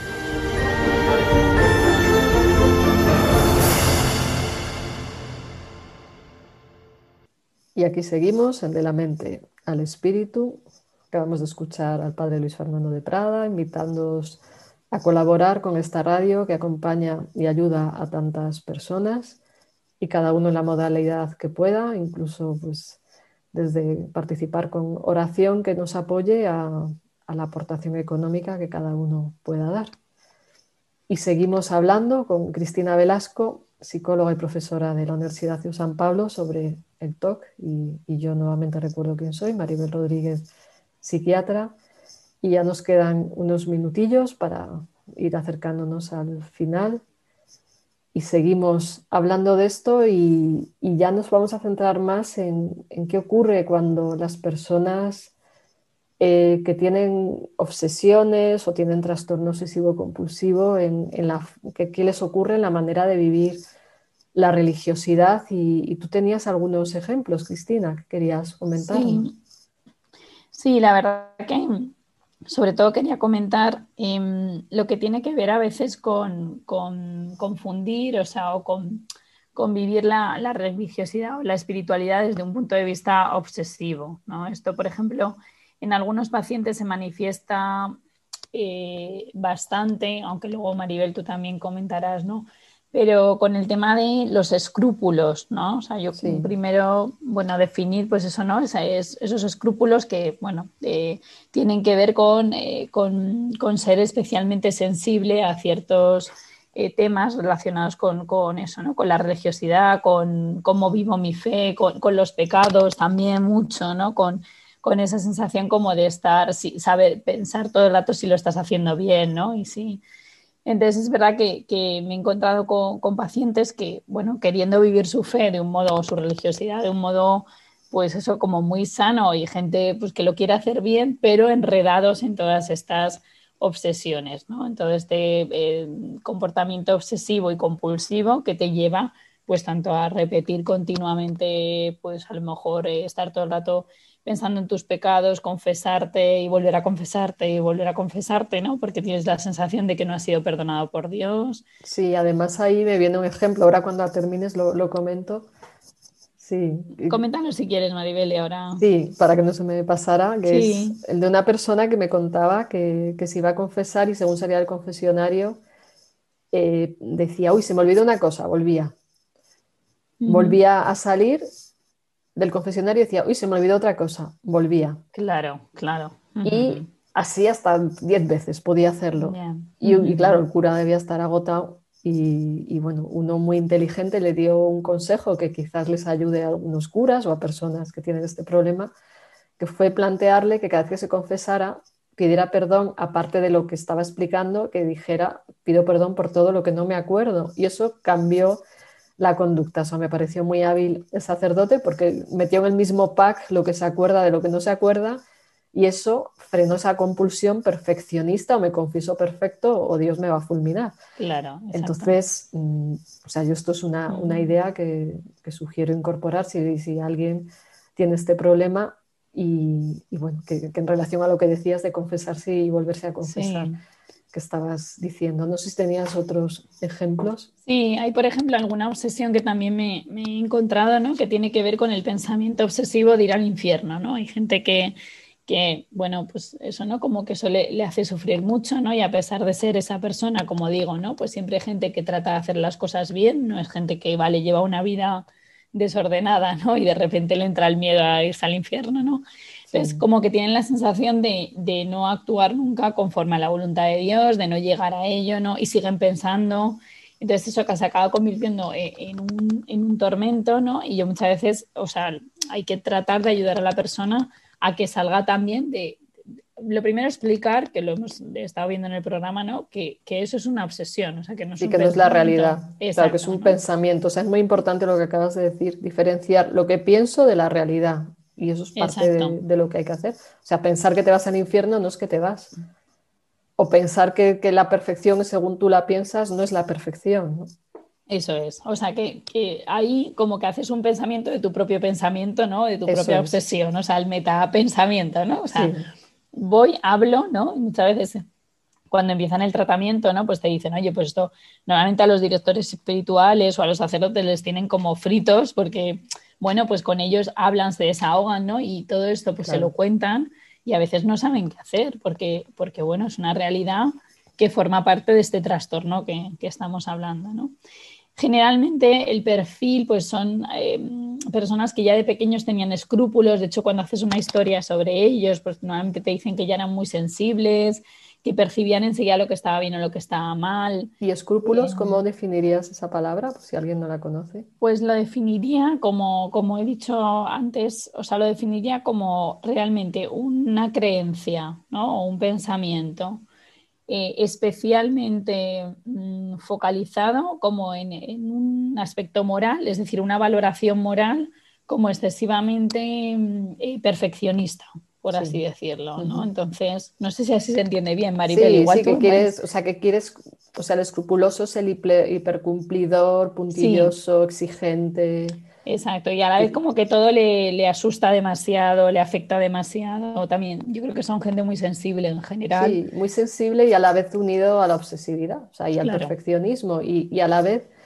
Y aquí seguimos en De la Mente al Espíritu. Acabamos de escuchar al padre Luis Fernando de Prada, invitándoos a colaborar con esta radio que acompaña y ayuda a tantas personas, y cada uno en la modalidad que pueda, incluso pues desde participar con oración que nos apoye a, a la aportación económica que cada uno pueda dar. Y seguimos hablando con Cristina Velasco, psicóloga y profesora de la Universidad de San Pablo, sobre el T O C, y, y yo nuevamente recuerdo quién soy, Maribel Rodríguez, psiquiatra. Y ya nos quedan unos minutillos para ir acercándonos al final. Y seguimos hablando de esto y, y ya nos vamos a centrar más en, en qué ocurre cuando las personas eh, que tienen obsesiones o tienen trastorno obsesivo-compulsivo, en, en la, qué, qué les ocurre en la manera de vivir la religiosidad. Y, y tú tenías algunos ejemplos, Cristina, que querías comentarnos. Sí, sí, la verdad que sobre todo quería comentar eh, lo que tiene que ver a veces con, con confundir, o sea, o con, convivir la, la religiosidad o la espiritualidad desde un punto de vista obsesivo, ¿no? Esto, por ejemplo, en algunos pacientes se manifiesta eh, bastante, aunque luego Maribel tú también comentarás, ¿no? Pero con el tema de los escrúpulos, ¿no? O sea, yo Sí. primero, bueno, definir, pues eso, ¿no? Esa es, esos escrúpulos que, bueno, eh, tienen que ver con, eh, con, con ser especialmente sensible a ciertos eh, temas relacionados con, con eso, ¿no? Con la religiosidad, con cómo vivo mi fe, con, con los pecados también mucho, ¿no? Con, con esa sensación como de estar, sí, saber pensar todo el rato si lo estás haciendo bien, ¿no? Y sí. Entonces es verdad que, que me he encontrado con, con pacientes que, bueno, queriendo vivir su fe de un modo, o su religiosidad de un modo, pues eso, como muy sano, y gente pues que lo quiere hacer bien, pero enredados en todas estas obsesiones, ¿no? En todo este eh, comportamiento obsesivo y compulsivo que te lleva pues tanto a repetir continuamente, pues a lo mejor eh, estar todo el rato pensando en tus pecados, confesarte y volver a confesarte y volver a confesarte, ¿no? Porque tienes la sensación de que no has sido perdonado por Dios. Sí, además ahí me viene un ejemplo, ahora cuando termines lo, lo comento. Sí, Coméntanos si quieres, Maribel, y ahora. sí, para que no se me pasara, que Sí. es el de una persona que me contaba que, que se iba a confesar y según salía del confesionario eh, decía, uy, se me olvidó una cosa, volvía. Uh-huh. Volvía a salir del confesionario y decía, uy, se me olvidó otra cosa, volvía. Claro, claro. Uh-huh. Y así hasta diez veces podía hacerlo. Yeah. Y, Uh-huh. y claro, el cura debía estar agotado y, y bueno, uno muy inteligente le dio un consejo que quizás les ayude a algunos curas o a personas que tienen este problema, que fue plantearle que cada vez que se confesara pidiera perdón, aparte de lo que estaba explicando, que dijera, pido perdón por todo lo que no me acuerdo. Y eso cambió la conducta. O sea, me pareció muy hábil el sacerdote porque metió en el mismo pack lo que se acuerda de lo que no se acuerda, y eso frenó esa compulsión perfeccionista, o me confieso perfecto o Dios me va a fulminar. Claro, exacto. Entonces, mm, o sea, yo esto es una, Uh-huh. una idea que, que sugiero incorporar si, si alguien tiene este problema y, y bueno, que, que en relación a lo que decías de confesarse y volverse a confesar, Sí. que estabas diciendo. No sé si tenías otros ejemplos. Sí, hay por ejemplo alguna obsesión que también me, me he encontrado, ¿no? Que tiene que ver con el pensamiento obsesivo de ir al infierno, ¿no? Hay gente que, que bueno, pues eso, ¿no? Como que eso le, le hace sufrir mucho, ¿no? Y a pesar de ser esa persona, como digo, ¿no? Pues siempre hay gente que trata de hacer las cosas bien, no es gente que, vale, lleva una vida desordenada, ¿no? Y de repente le entra el miedo a irse al infierno, ¿no? Entonces, Sí. como que tienen la sensación de, de no actuar nunca conforme a la voluntad de Dios, de no llegar a ello, ¿no? Y siguen pensando. Entonces, eso que se acaba convirtiendo en un, en un tormento, ¿no? Y yo muchas veces, o sea, hay que tratar de ayudar a la persona a que salga también de... Lo primero, explicar, que lo hemos estado viendo en el programa, ¿no? Que, que eso es una obsesión, o sea, que no es Sí, un que no es la pensamiento. realidad. Exacto, claro, que es un ¿no? pensamiento. O sea, es muy importante lo que acabas de decir, diferenciar lo que pienso de la realidad. Y eso es parte de, de lo que hay que hacer. O sea, pensar que te vas al infierno no es que te vas. O pensar que, que la perfección, según tú la piensas, no es la perfección, ¿no? Eso es. O sea, que, que ahí como que haces un pensamiento de tu propio pensamiento, ¿no? De tu Eso propia es. obsesión, o sea, el metapensamiento, ¿no? O sea, Sí. voy, hablo, ¿no? Y muchas veces cuando empiezan el tratamiento, ¿no? Pues te dicen, oye, pues esto normalmente a los directores espirituales o a los sacerdotes les tienen como fritos porque, bueno, pues con ellos hablan, se desahogan, ¿no? Y todo esto pues se lo Claro. cuentan y a veces no saben qué hacer porque, porque bueno, es una realidad que forma parte de este trastorno que, que estamos hablando, ¿no? Generalmente el perfil pues son eh, personas que ya de pequeños tenían escrúpulos. De hecho, cuando haces una historia sobre ellos, pues normalmente te dicen que ya eran muy sensibles, que percibían enseguida lo que estaba bien o lo que estaba mal. ¿Y escrúpulos? Eh, ¿Cómo definirías esa palabra? Por si alguien no la conoce. Pues lo definiría como, como he dicho antes, o sea, lo definiría como realmente una creencia, ¿no? O un pensamiento eh, especialmente mmm, focalizado como en, en un aspecto moral, es decir, una valoración moral como excesivamente eh, perfeccionista, por Sí. así decirlo, ¿no? Uh-huh. Entonces, no sé si así se entiende bien, Maribel, Sí, igual sí, tú que me- quieres, o sea, que quieres, o sea, el escrupuloso es el hiper- hipercumplidor, Sí, puntilloso, exigente. exacto, y a la vez que- como que todo le, le asusta demasiado, le afecta demasiado. También, yo creo que son gente muy sensible en general. Sí, muy sensible y a la vez unido a la obsesividad, o sea, y al Claro, perfeccionismo y, y a la vez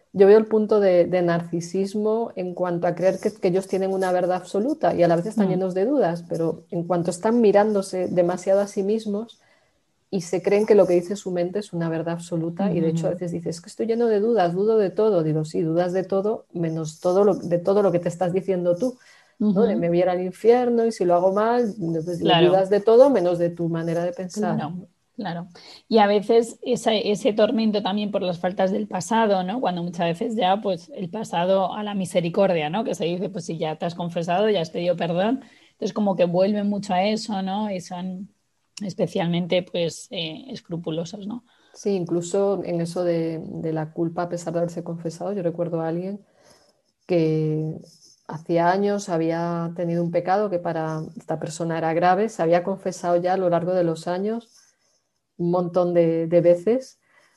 yo veo el punto de, de narcisismo en cuanto a creer que, que ellos tienen una verdad absoluta y a la vez están Mm. llenos de dudas, pero en cuanto están mirándose demasiado a sí mismos y se creen que lo que dice su mente es una verdad absoluta, y de hecho a veces dices, es que estoy lleno de dudas, dudo de todo. Digo, sí, dudas de todo, menos todo lo, de todo lo que te estás diciendo tú, ¿no? De Ujú. me voy a ir al infierno y si lo hago mal, entonces digo, Claro. dudas de todo menos de tu manera de pensar. Claro, claro. Y a veces esa- ese tormento también por las faltas del pasado, ¿no? Cuando muchas veces ya, pues, el pasado a la misericordia, ¿no? Que se dice, pues, si ya te has confesado, ya has pedido perdón. Entonces, como que vuelven mucho a eso, ¿no? Y son especialmente, pues, eh, escrupulosos, ¿no? Sí, incluso en eso de, de la culpa a pesar de haberse confesado, yo recuerdo a alguien que hacía años había tenido un pecado que para esta persona era grave, se había confesado ya a lo largo de los años un montón de, de veces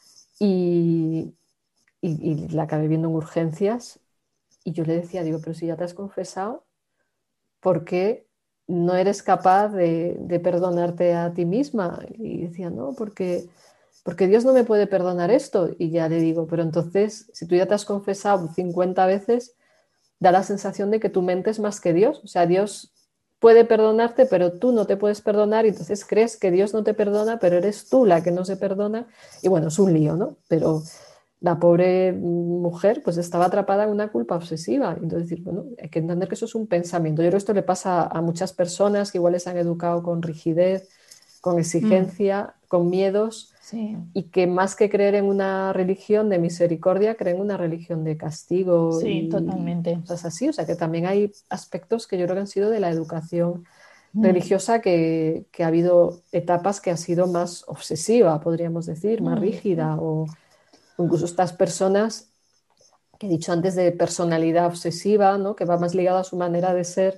y, y, y la acabé viendo en urgencias y yo le decía, digo, pero si ya te has confesado, ¿por qué no eres capaz de, de perdonarte a ti misma? Y decía, no, porque, porque Dios no me puede perdonar esto. Y ya le digo, pero entonces, si tú ya te has confesado cincuenta veces, da la sensación de que tu mente es más que Dios. O sea, Dios puede perdonarte, pero tú no te puedes perdonar y entonces crees que Dios no te perdona, pero eres tú la que no se perdona. Y bueno, es un lío, ¿no? Pero la pobre mujer pues estaba atrapada en una culpa obsesiva. Entonces, decir, bueno, hay que entender que eso es un pensamiento. Yo creo que esto le pasa a muchas personas que igual les han educado con rigidez, con exigencia, mm. con miedos. Sí. Y que más que creer en una religión de misericordia, creen en una religión de castigo. Sí, y totalmente. cosas así. O sea que también hay aspectos que yo creo que han sido de la educación Mm. religiosa, que, que ha habido etapas que ha sido más obsesiva, podríamos decir, más Mm. rígida, o incluso estas personas que he dicho antes de personalidad obsesiva, ¿no? Que va más ligada a su manera de ser,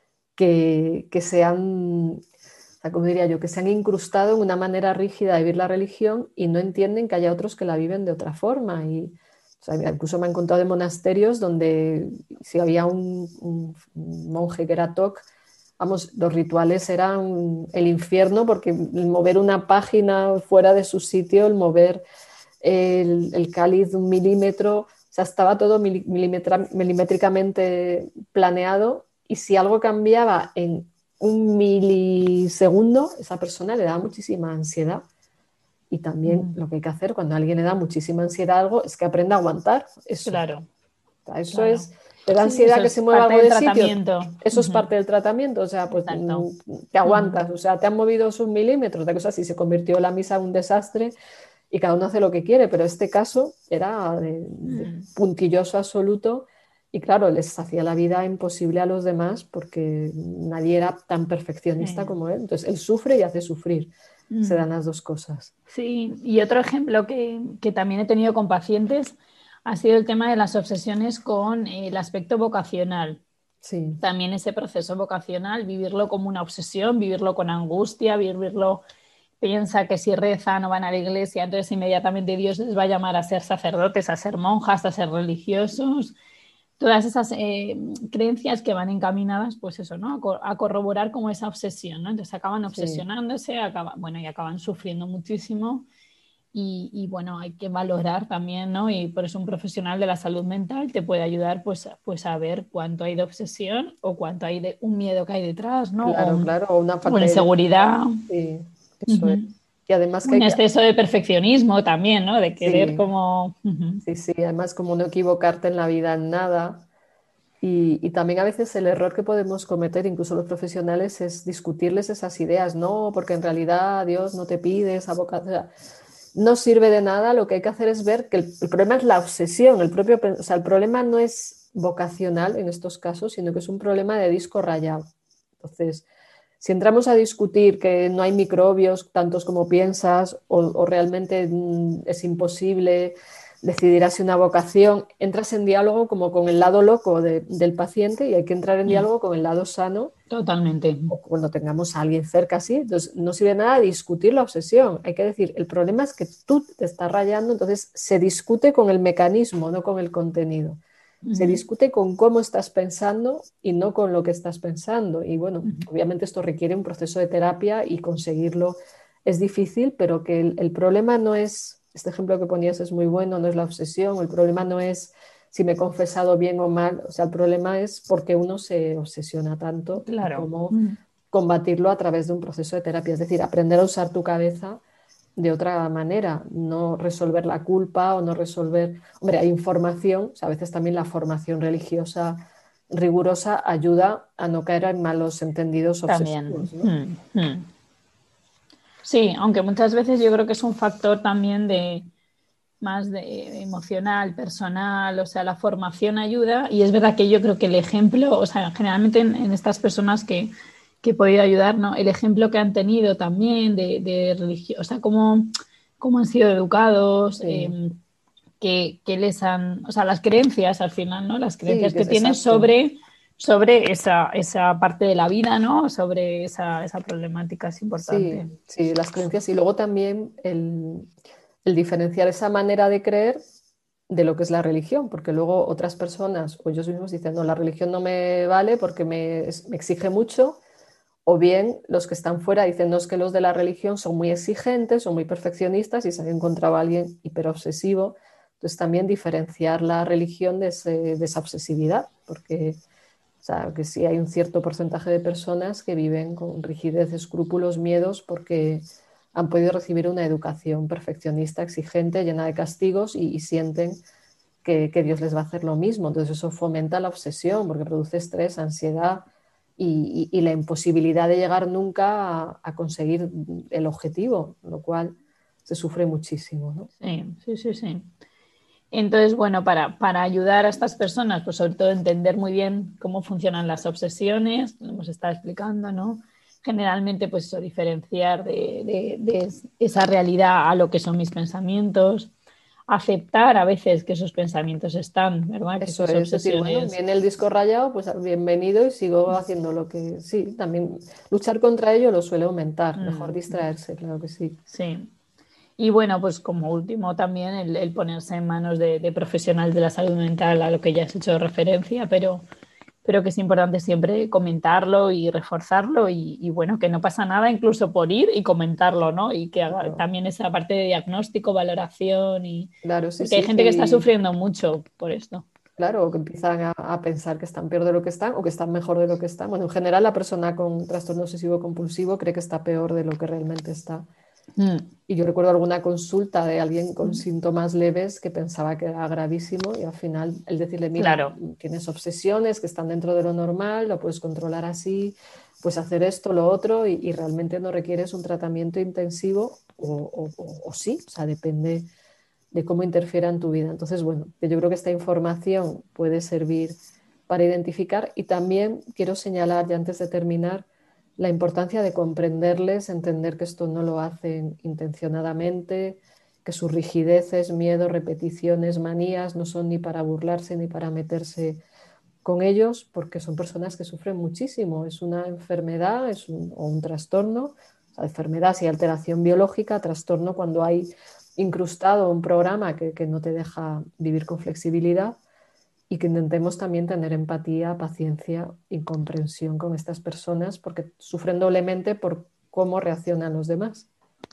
que, que se han... como diría yo, que se han incrustado en una manera rígida de vivir la religión y no entienden que haya otros que la viven de otra forma. Y, o sea, incluso me han contado de monasterios donde si había un, un, un monje que era T O C, vamos, los rituales eran el infierno, porque el mover una página fuera de su sitio, el mover el, el cáliz un milímetro, o sea, estaba todo milimetra, milimétricamente planeado, y si algo cambiaba en un milisegundo, esa persona le da muchísima ansiedad. Y también mm. lo que hay que hacer cuando a alguien le da muchísima ansiedad a algo es que aprenda a aguantar eso. Claro. O sea, eso claro. es, te da ansiedad sí, que se mueva algo de sitio. Eso es uh-huh. parte del tratamiento. O sea, pues Exacto. te aguantas. Uh-huh. O sea, te han movido sus milímetros, de cosas así. Se convirtió la misa en un desastre y cada uno hace lo que quiere. Pero este caso era de, de puntilloso absoluto. Y claro, les hacía la vida imposible a los demás porque nadie era tan perfeccionista sí. como él. Entonces, él sufre y hace sufrir. Mm. Se dan las dos cosas. Sí, y otro ejemplo que, que también he tenido con pacientes ha sido el tema de las obsesiones con el aspecto vocacional. Sí. También ese proceso vocacional, vivirlo como una obsesión, vivirlo con angustia, vivirlo... Piensa que si rezan o van a la iglesia, entonces inmediatamente Dios les va a llamar a ser sacerdotes, a ser monjas, a ser religiosos. Todas esas eh, creencias que van encaminadas, pues eso, ¿no? A, co- a corroborar como esa obsesión, ¿no? Entonces acaban obsesionándose, sí. acaba, bueno, y acaban sufriendo muchísimo. Y, y bueno, hay que valorar también, ¿no? Y por eso un profesional de la salud mental te puede ayudar, pues, pues a ver cuánto hay de obsesión o cuánto hay de un miedo que hay detrás, ¿no? Claro, o, claro, o una falta o inseguridad. De... Sí, eso uh-huh. es. Y además que un hay exceso que... de perfeccionismo también, ¿no? De querer sí. como... Uh-huh. Sí, sí, además como no equivocarte en la vida en nada. Y, y también a veces el error que podemos cometer, incluso los profesionales, es discutirles esas ideas. No, porque en realidad Dios no te pide esa vocación. O sea, no sirve de nada. Lo que hay que hacer es ver que el, el problema es la obsesión. El, propio, o sea, el problema no es vocacional en estos casos, sino que es un problema de disco rayado. Entonces, si entramos a discutir que no hay microbios tantos como piensas, o, o realmente mm, es imposible decidir así una vocación, entras en diálogo como con el lado loco de, del paciente, y hay que entrar en diálogo con el lado sano. Totalmente. O cuando tengamos a alguien cerca así. Entonces, no sirve nada discutir la obsesión. Hay que decir, el problema es que tú te estás rayando, entonces se discute con el mecanismo, no con el contenido. Uh-huh. Se discute con cómo estás pensando y no con lo que estás pensando. Y bueno, uh-huh. obviamente esto requiere un proceso de terapia y conseguirlo es difícil, pero que el, el problema no es este ejemplo que ponías es muy bueno, no es la obsesión, el problema no es si me he confesado bien o mal, o sea, el problema es por qué uno se obsesiona tanto Claro. y cómo Mm. combatirlo a través de un proceso de terapia, es decir, aprender a usar tu cabeza de otra manera, no resolver la culpa o no resolver... Hombre, hay información, o sea, a veces también la formación religiosa rigurosa ayuda a no caer en malos entendidos También. obsesivos, ¿no? Mm, mm. Sí, aunque muchas veces yo creo que es un factor también de más de emocional, personal, o sea, la formación ayuda y es verdad que yo creo que el ejemplo, o sea, generalmente en, en estas personas que, que he podido ayudar, ¿no? El ejemplo que han tenido también de, de religión, o sea, cómo, cómo han sido educados, Sí. eh, que, que les han, o sea, las creencias al final, ¿no? Las creencias Sí, que es tienen exacto. sobre, sobre esa, esa parte de la vida, ¿no? Sobre esa, esa problemática es importante. Sí, sí, las creencias y luego también el, el diferenciar esa manera de creer de lo que es la religión, porque luego otras personas o ellos mismos dicen, no, la religión no me vale porque me, me exige mucho, o bien los que están fuera dicen, no, es que los de la religión son muy exigentes, son muy perfeccionistas y se han encontrado a alguien hiperobsesivo. Entonces también diferenciar la religión de, ese, de esa obsesividad, porque o sea, que sí hay un cierto porcentaje de personas que viven con rigidez, escrúpulos, miedos, porque han podido recibir una educación perfeccionista, exigente, llena de castigos y, y sienten que, que Dios les va a hacer lo mismo. Entonces eso fomenta la obsesión porque produce estrés, ansiedad y, y, y la imposibilidad de llegar nunca a, a conseguir el objetivo, lo cual se sufre muchísimo, ¿no? Sí, sí, sí, sí. Entonces, bueno, para, para ayudar a estas personas, pues sobre todo entender muy bien cómo funcionan las obsesiones, lo hemos estado explicando, ¿no? Generalmente, pues eso, diferenciar de, de, de esa realidad a lo que son mis pensamientos, aceptar a veces que esos pensamientos están, ¿verdad? Que Eso esas es decir, bueno, obsesiones. viene el disco rayado, pues bienvenido y sigo haciendo lo que sí. También luchar contra ello lo suele aumentar, mejor Mm, distraerse, claro que sí. sí. Y bueno, pues como último también el, el ponerse en manos de, de profesionales de la salud mental, a lo que ya has hecho referencia, pero, pero que es importante siempre comentarlo y reforzarlo y, y bueno, que no pasa nada incluso por ir y comentarlo, ¿no? Y que haga Claro, también esa parte de diagnóstico, valoración y claro, sí, porque hay sí, gente que está sí. sufriendo mucho por esto. Claro, o que empiezan a, a pensar que están peor de lo que están o que están mejor de lo que están. Bueno, en general la persona con trastorno obsesivo compulsivo cree que está peor de lo que realmente está. Mm. Y yo recuerdo alguna consulta de alguien con síntomas leves que pensaba que era gravísimo y al final el decirle, mira, Claro, tienes obsesiones que están dentro de lo normal, lo puedes controlar así, puedes hacer esto, lo otro y, y realmente no requieres un tratamiento intensivo o, o, o, o sí, o sea, depende de cómo interfiera en tu vida. Entonces, bueno, yo creo que esta información puede servir para identificar y también quiero señalar, ya antes de terminar, la importancia de comprenderles, entender que esto no lo hacen intencionadamente, que sus rigideces, miedos, repeticiones, manías no son ni para burlarse ni para meterse con ellos, porque son personas que sufren muchísimo. Es una enfermedad es un, o un trastorno, o sea, enfermedad si hay alteración biológica, trastorno cuando hay incrustado un programa que, que no te deja vivir con flexibilidad y que intentemos también tener empatía, paciencia y comprensión con estas personas porque sufren doblemente por cómo reaccionan los demás.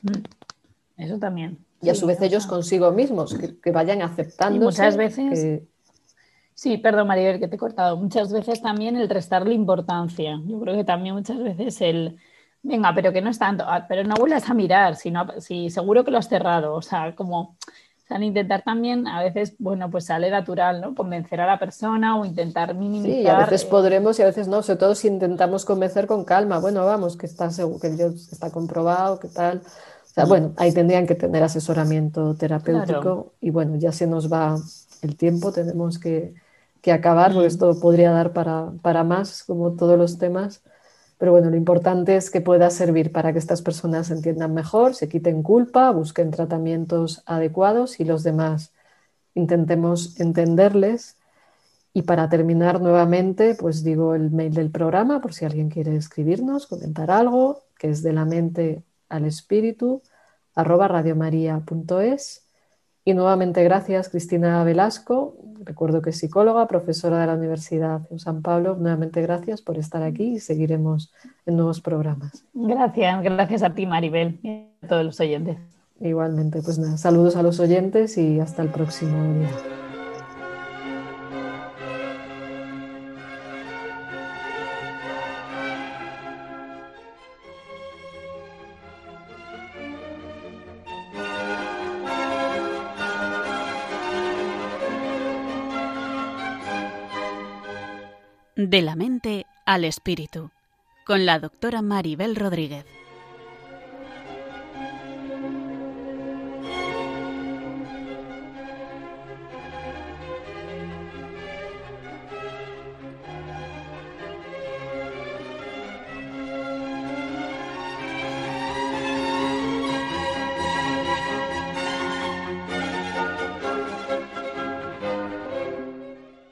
eso también. Y a su Sí, vez o ellos sea, consigo mismos, que, que vayan y muchas aceptándose, veces, que sí, perdón, Maribel, que te he cortado. Muchas veces también el restarle importancia. Yo creo que también muchas veces el, venga, pero que no es tanto, ah, pero no vuelvas a mirar, si, no, si seguro que lo has cerrado. O sea, como, o sea, intentar también, a veces, bueno, pues sale natural, ¿no? Convencer a la persona o intentar sí, y a minimizar. veces Eh, podremos y a veces no, sobre todo si intentamos convencer con calma, bueno, vamos, que está, seguro, que Dios está comprobado, que tal. O sea, bueno, ahí tendrían que tener asesoramiento claro. terapéutico y bueno, ya se nos va el tiempo, tenemos que, que acabar porque Mm, esto podría dar para, para más, como todos los temas. Pero bueno, lo importante es que pueda servir para que estas personas se entiendan mejor, se quiten culpa, busquen tratamientos adecuados y los demás intentemos entenderles. Y para terminar nuevamente, pues digo el mail del programa por si alguien quiere escribirnos, comentar algo, que es de la mente al espíritu, arroba radiomaria.es. Y nuevamente gracias, Cristina Velasco. Recuerdo que es psicóloga, profesora de la Universidad de San Pablo. Nuevamente gracias por estar aquí y seguiremos en nuevos programas. gracias, gracias a ti, Maribel, y a todos los oyentes. Igualmente, pues nada, saludos a los oyentes y hasta el próximo día. De la mente al espíritu, con la doctora Maribel Rodríguez.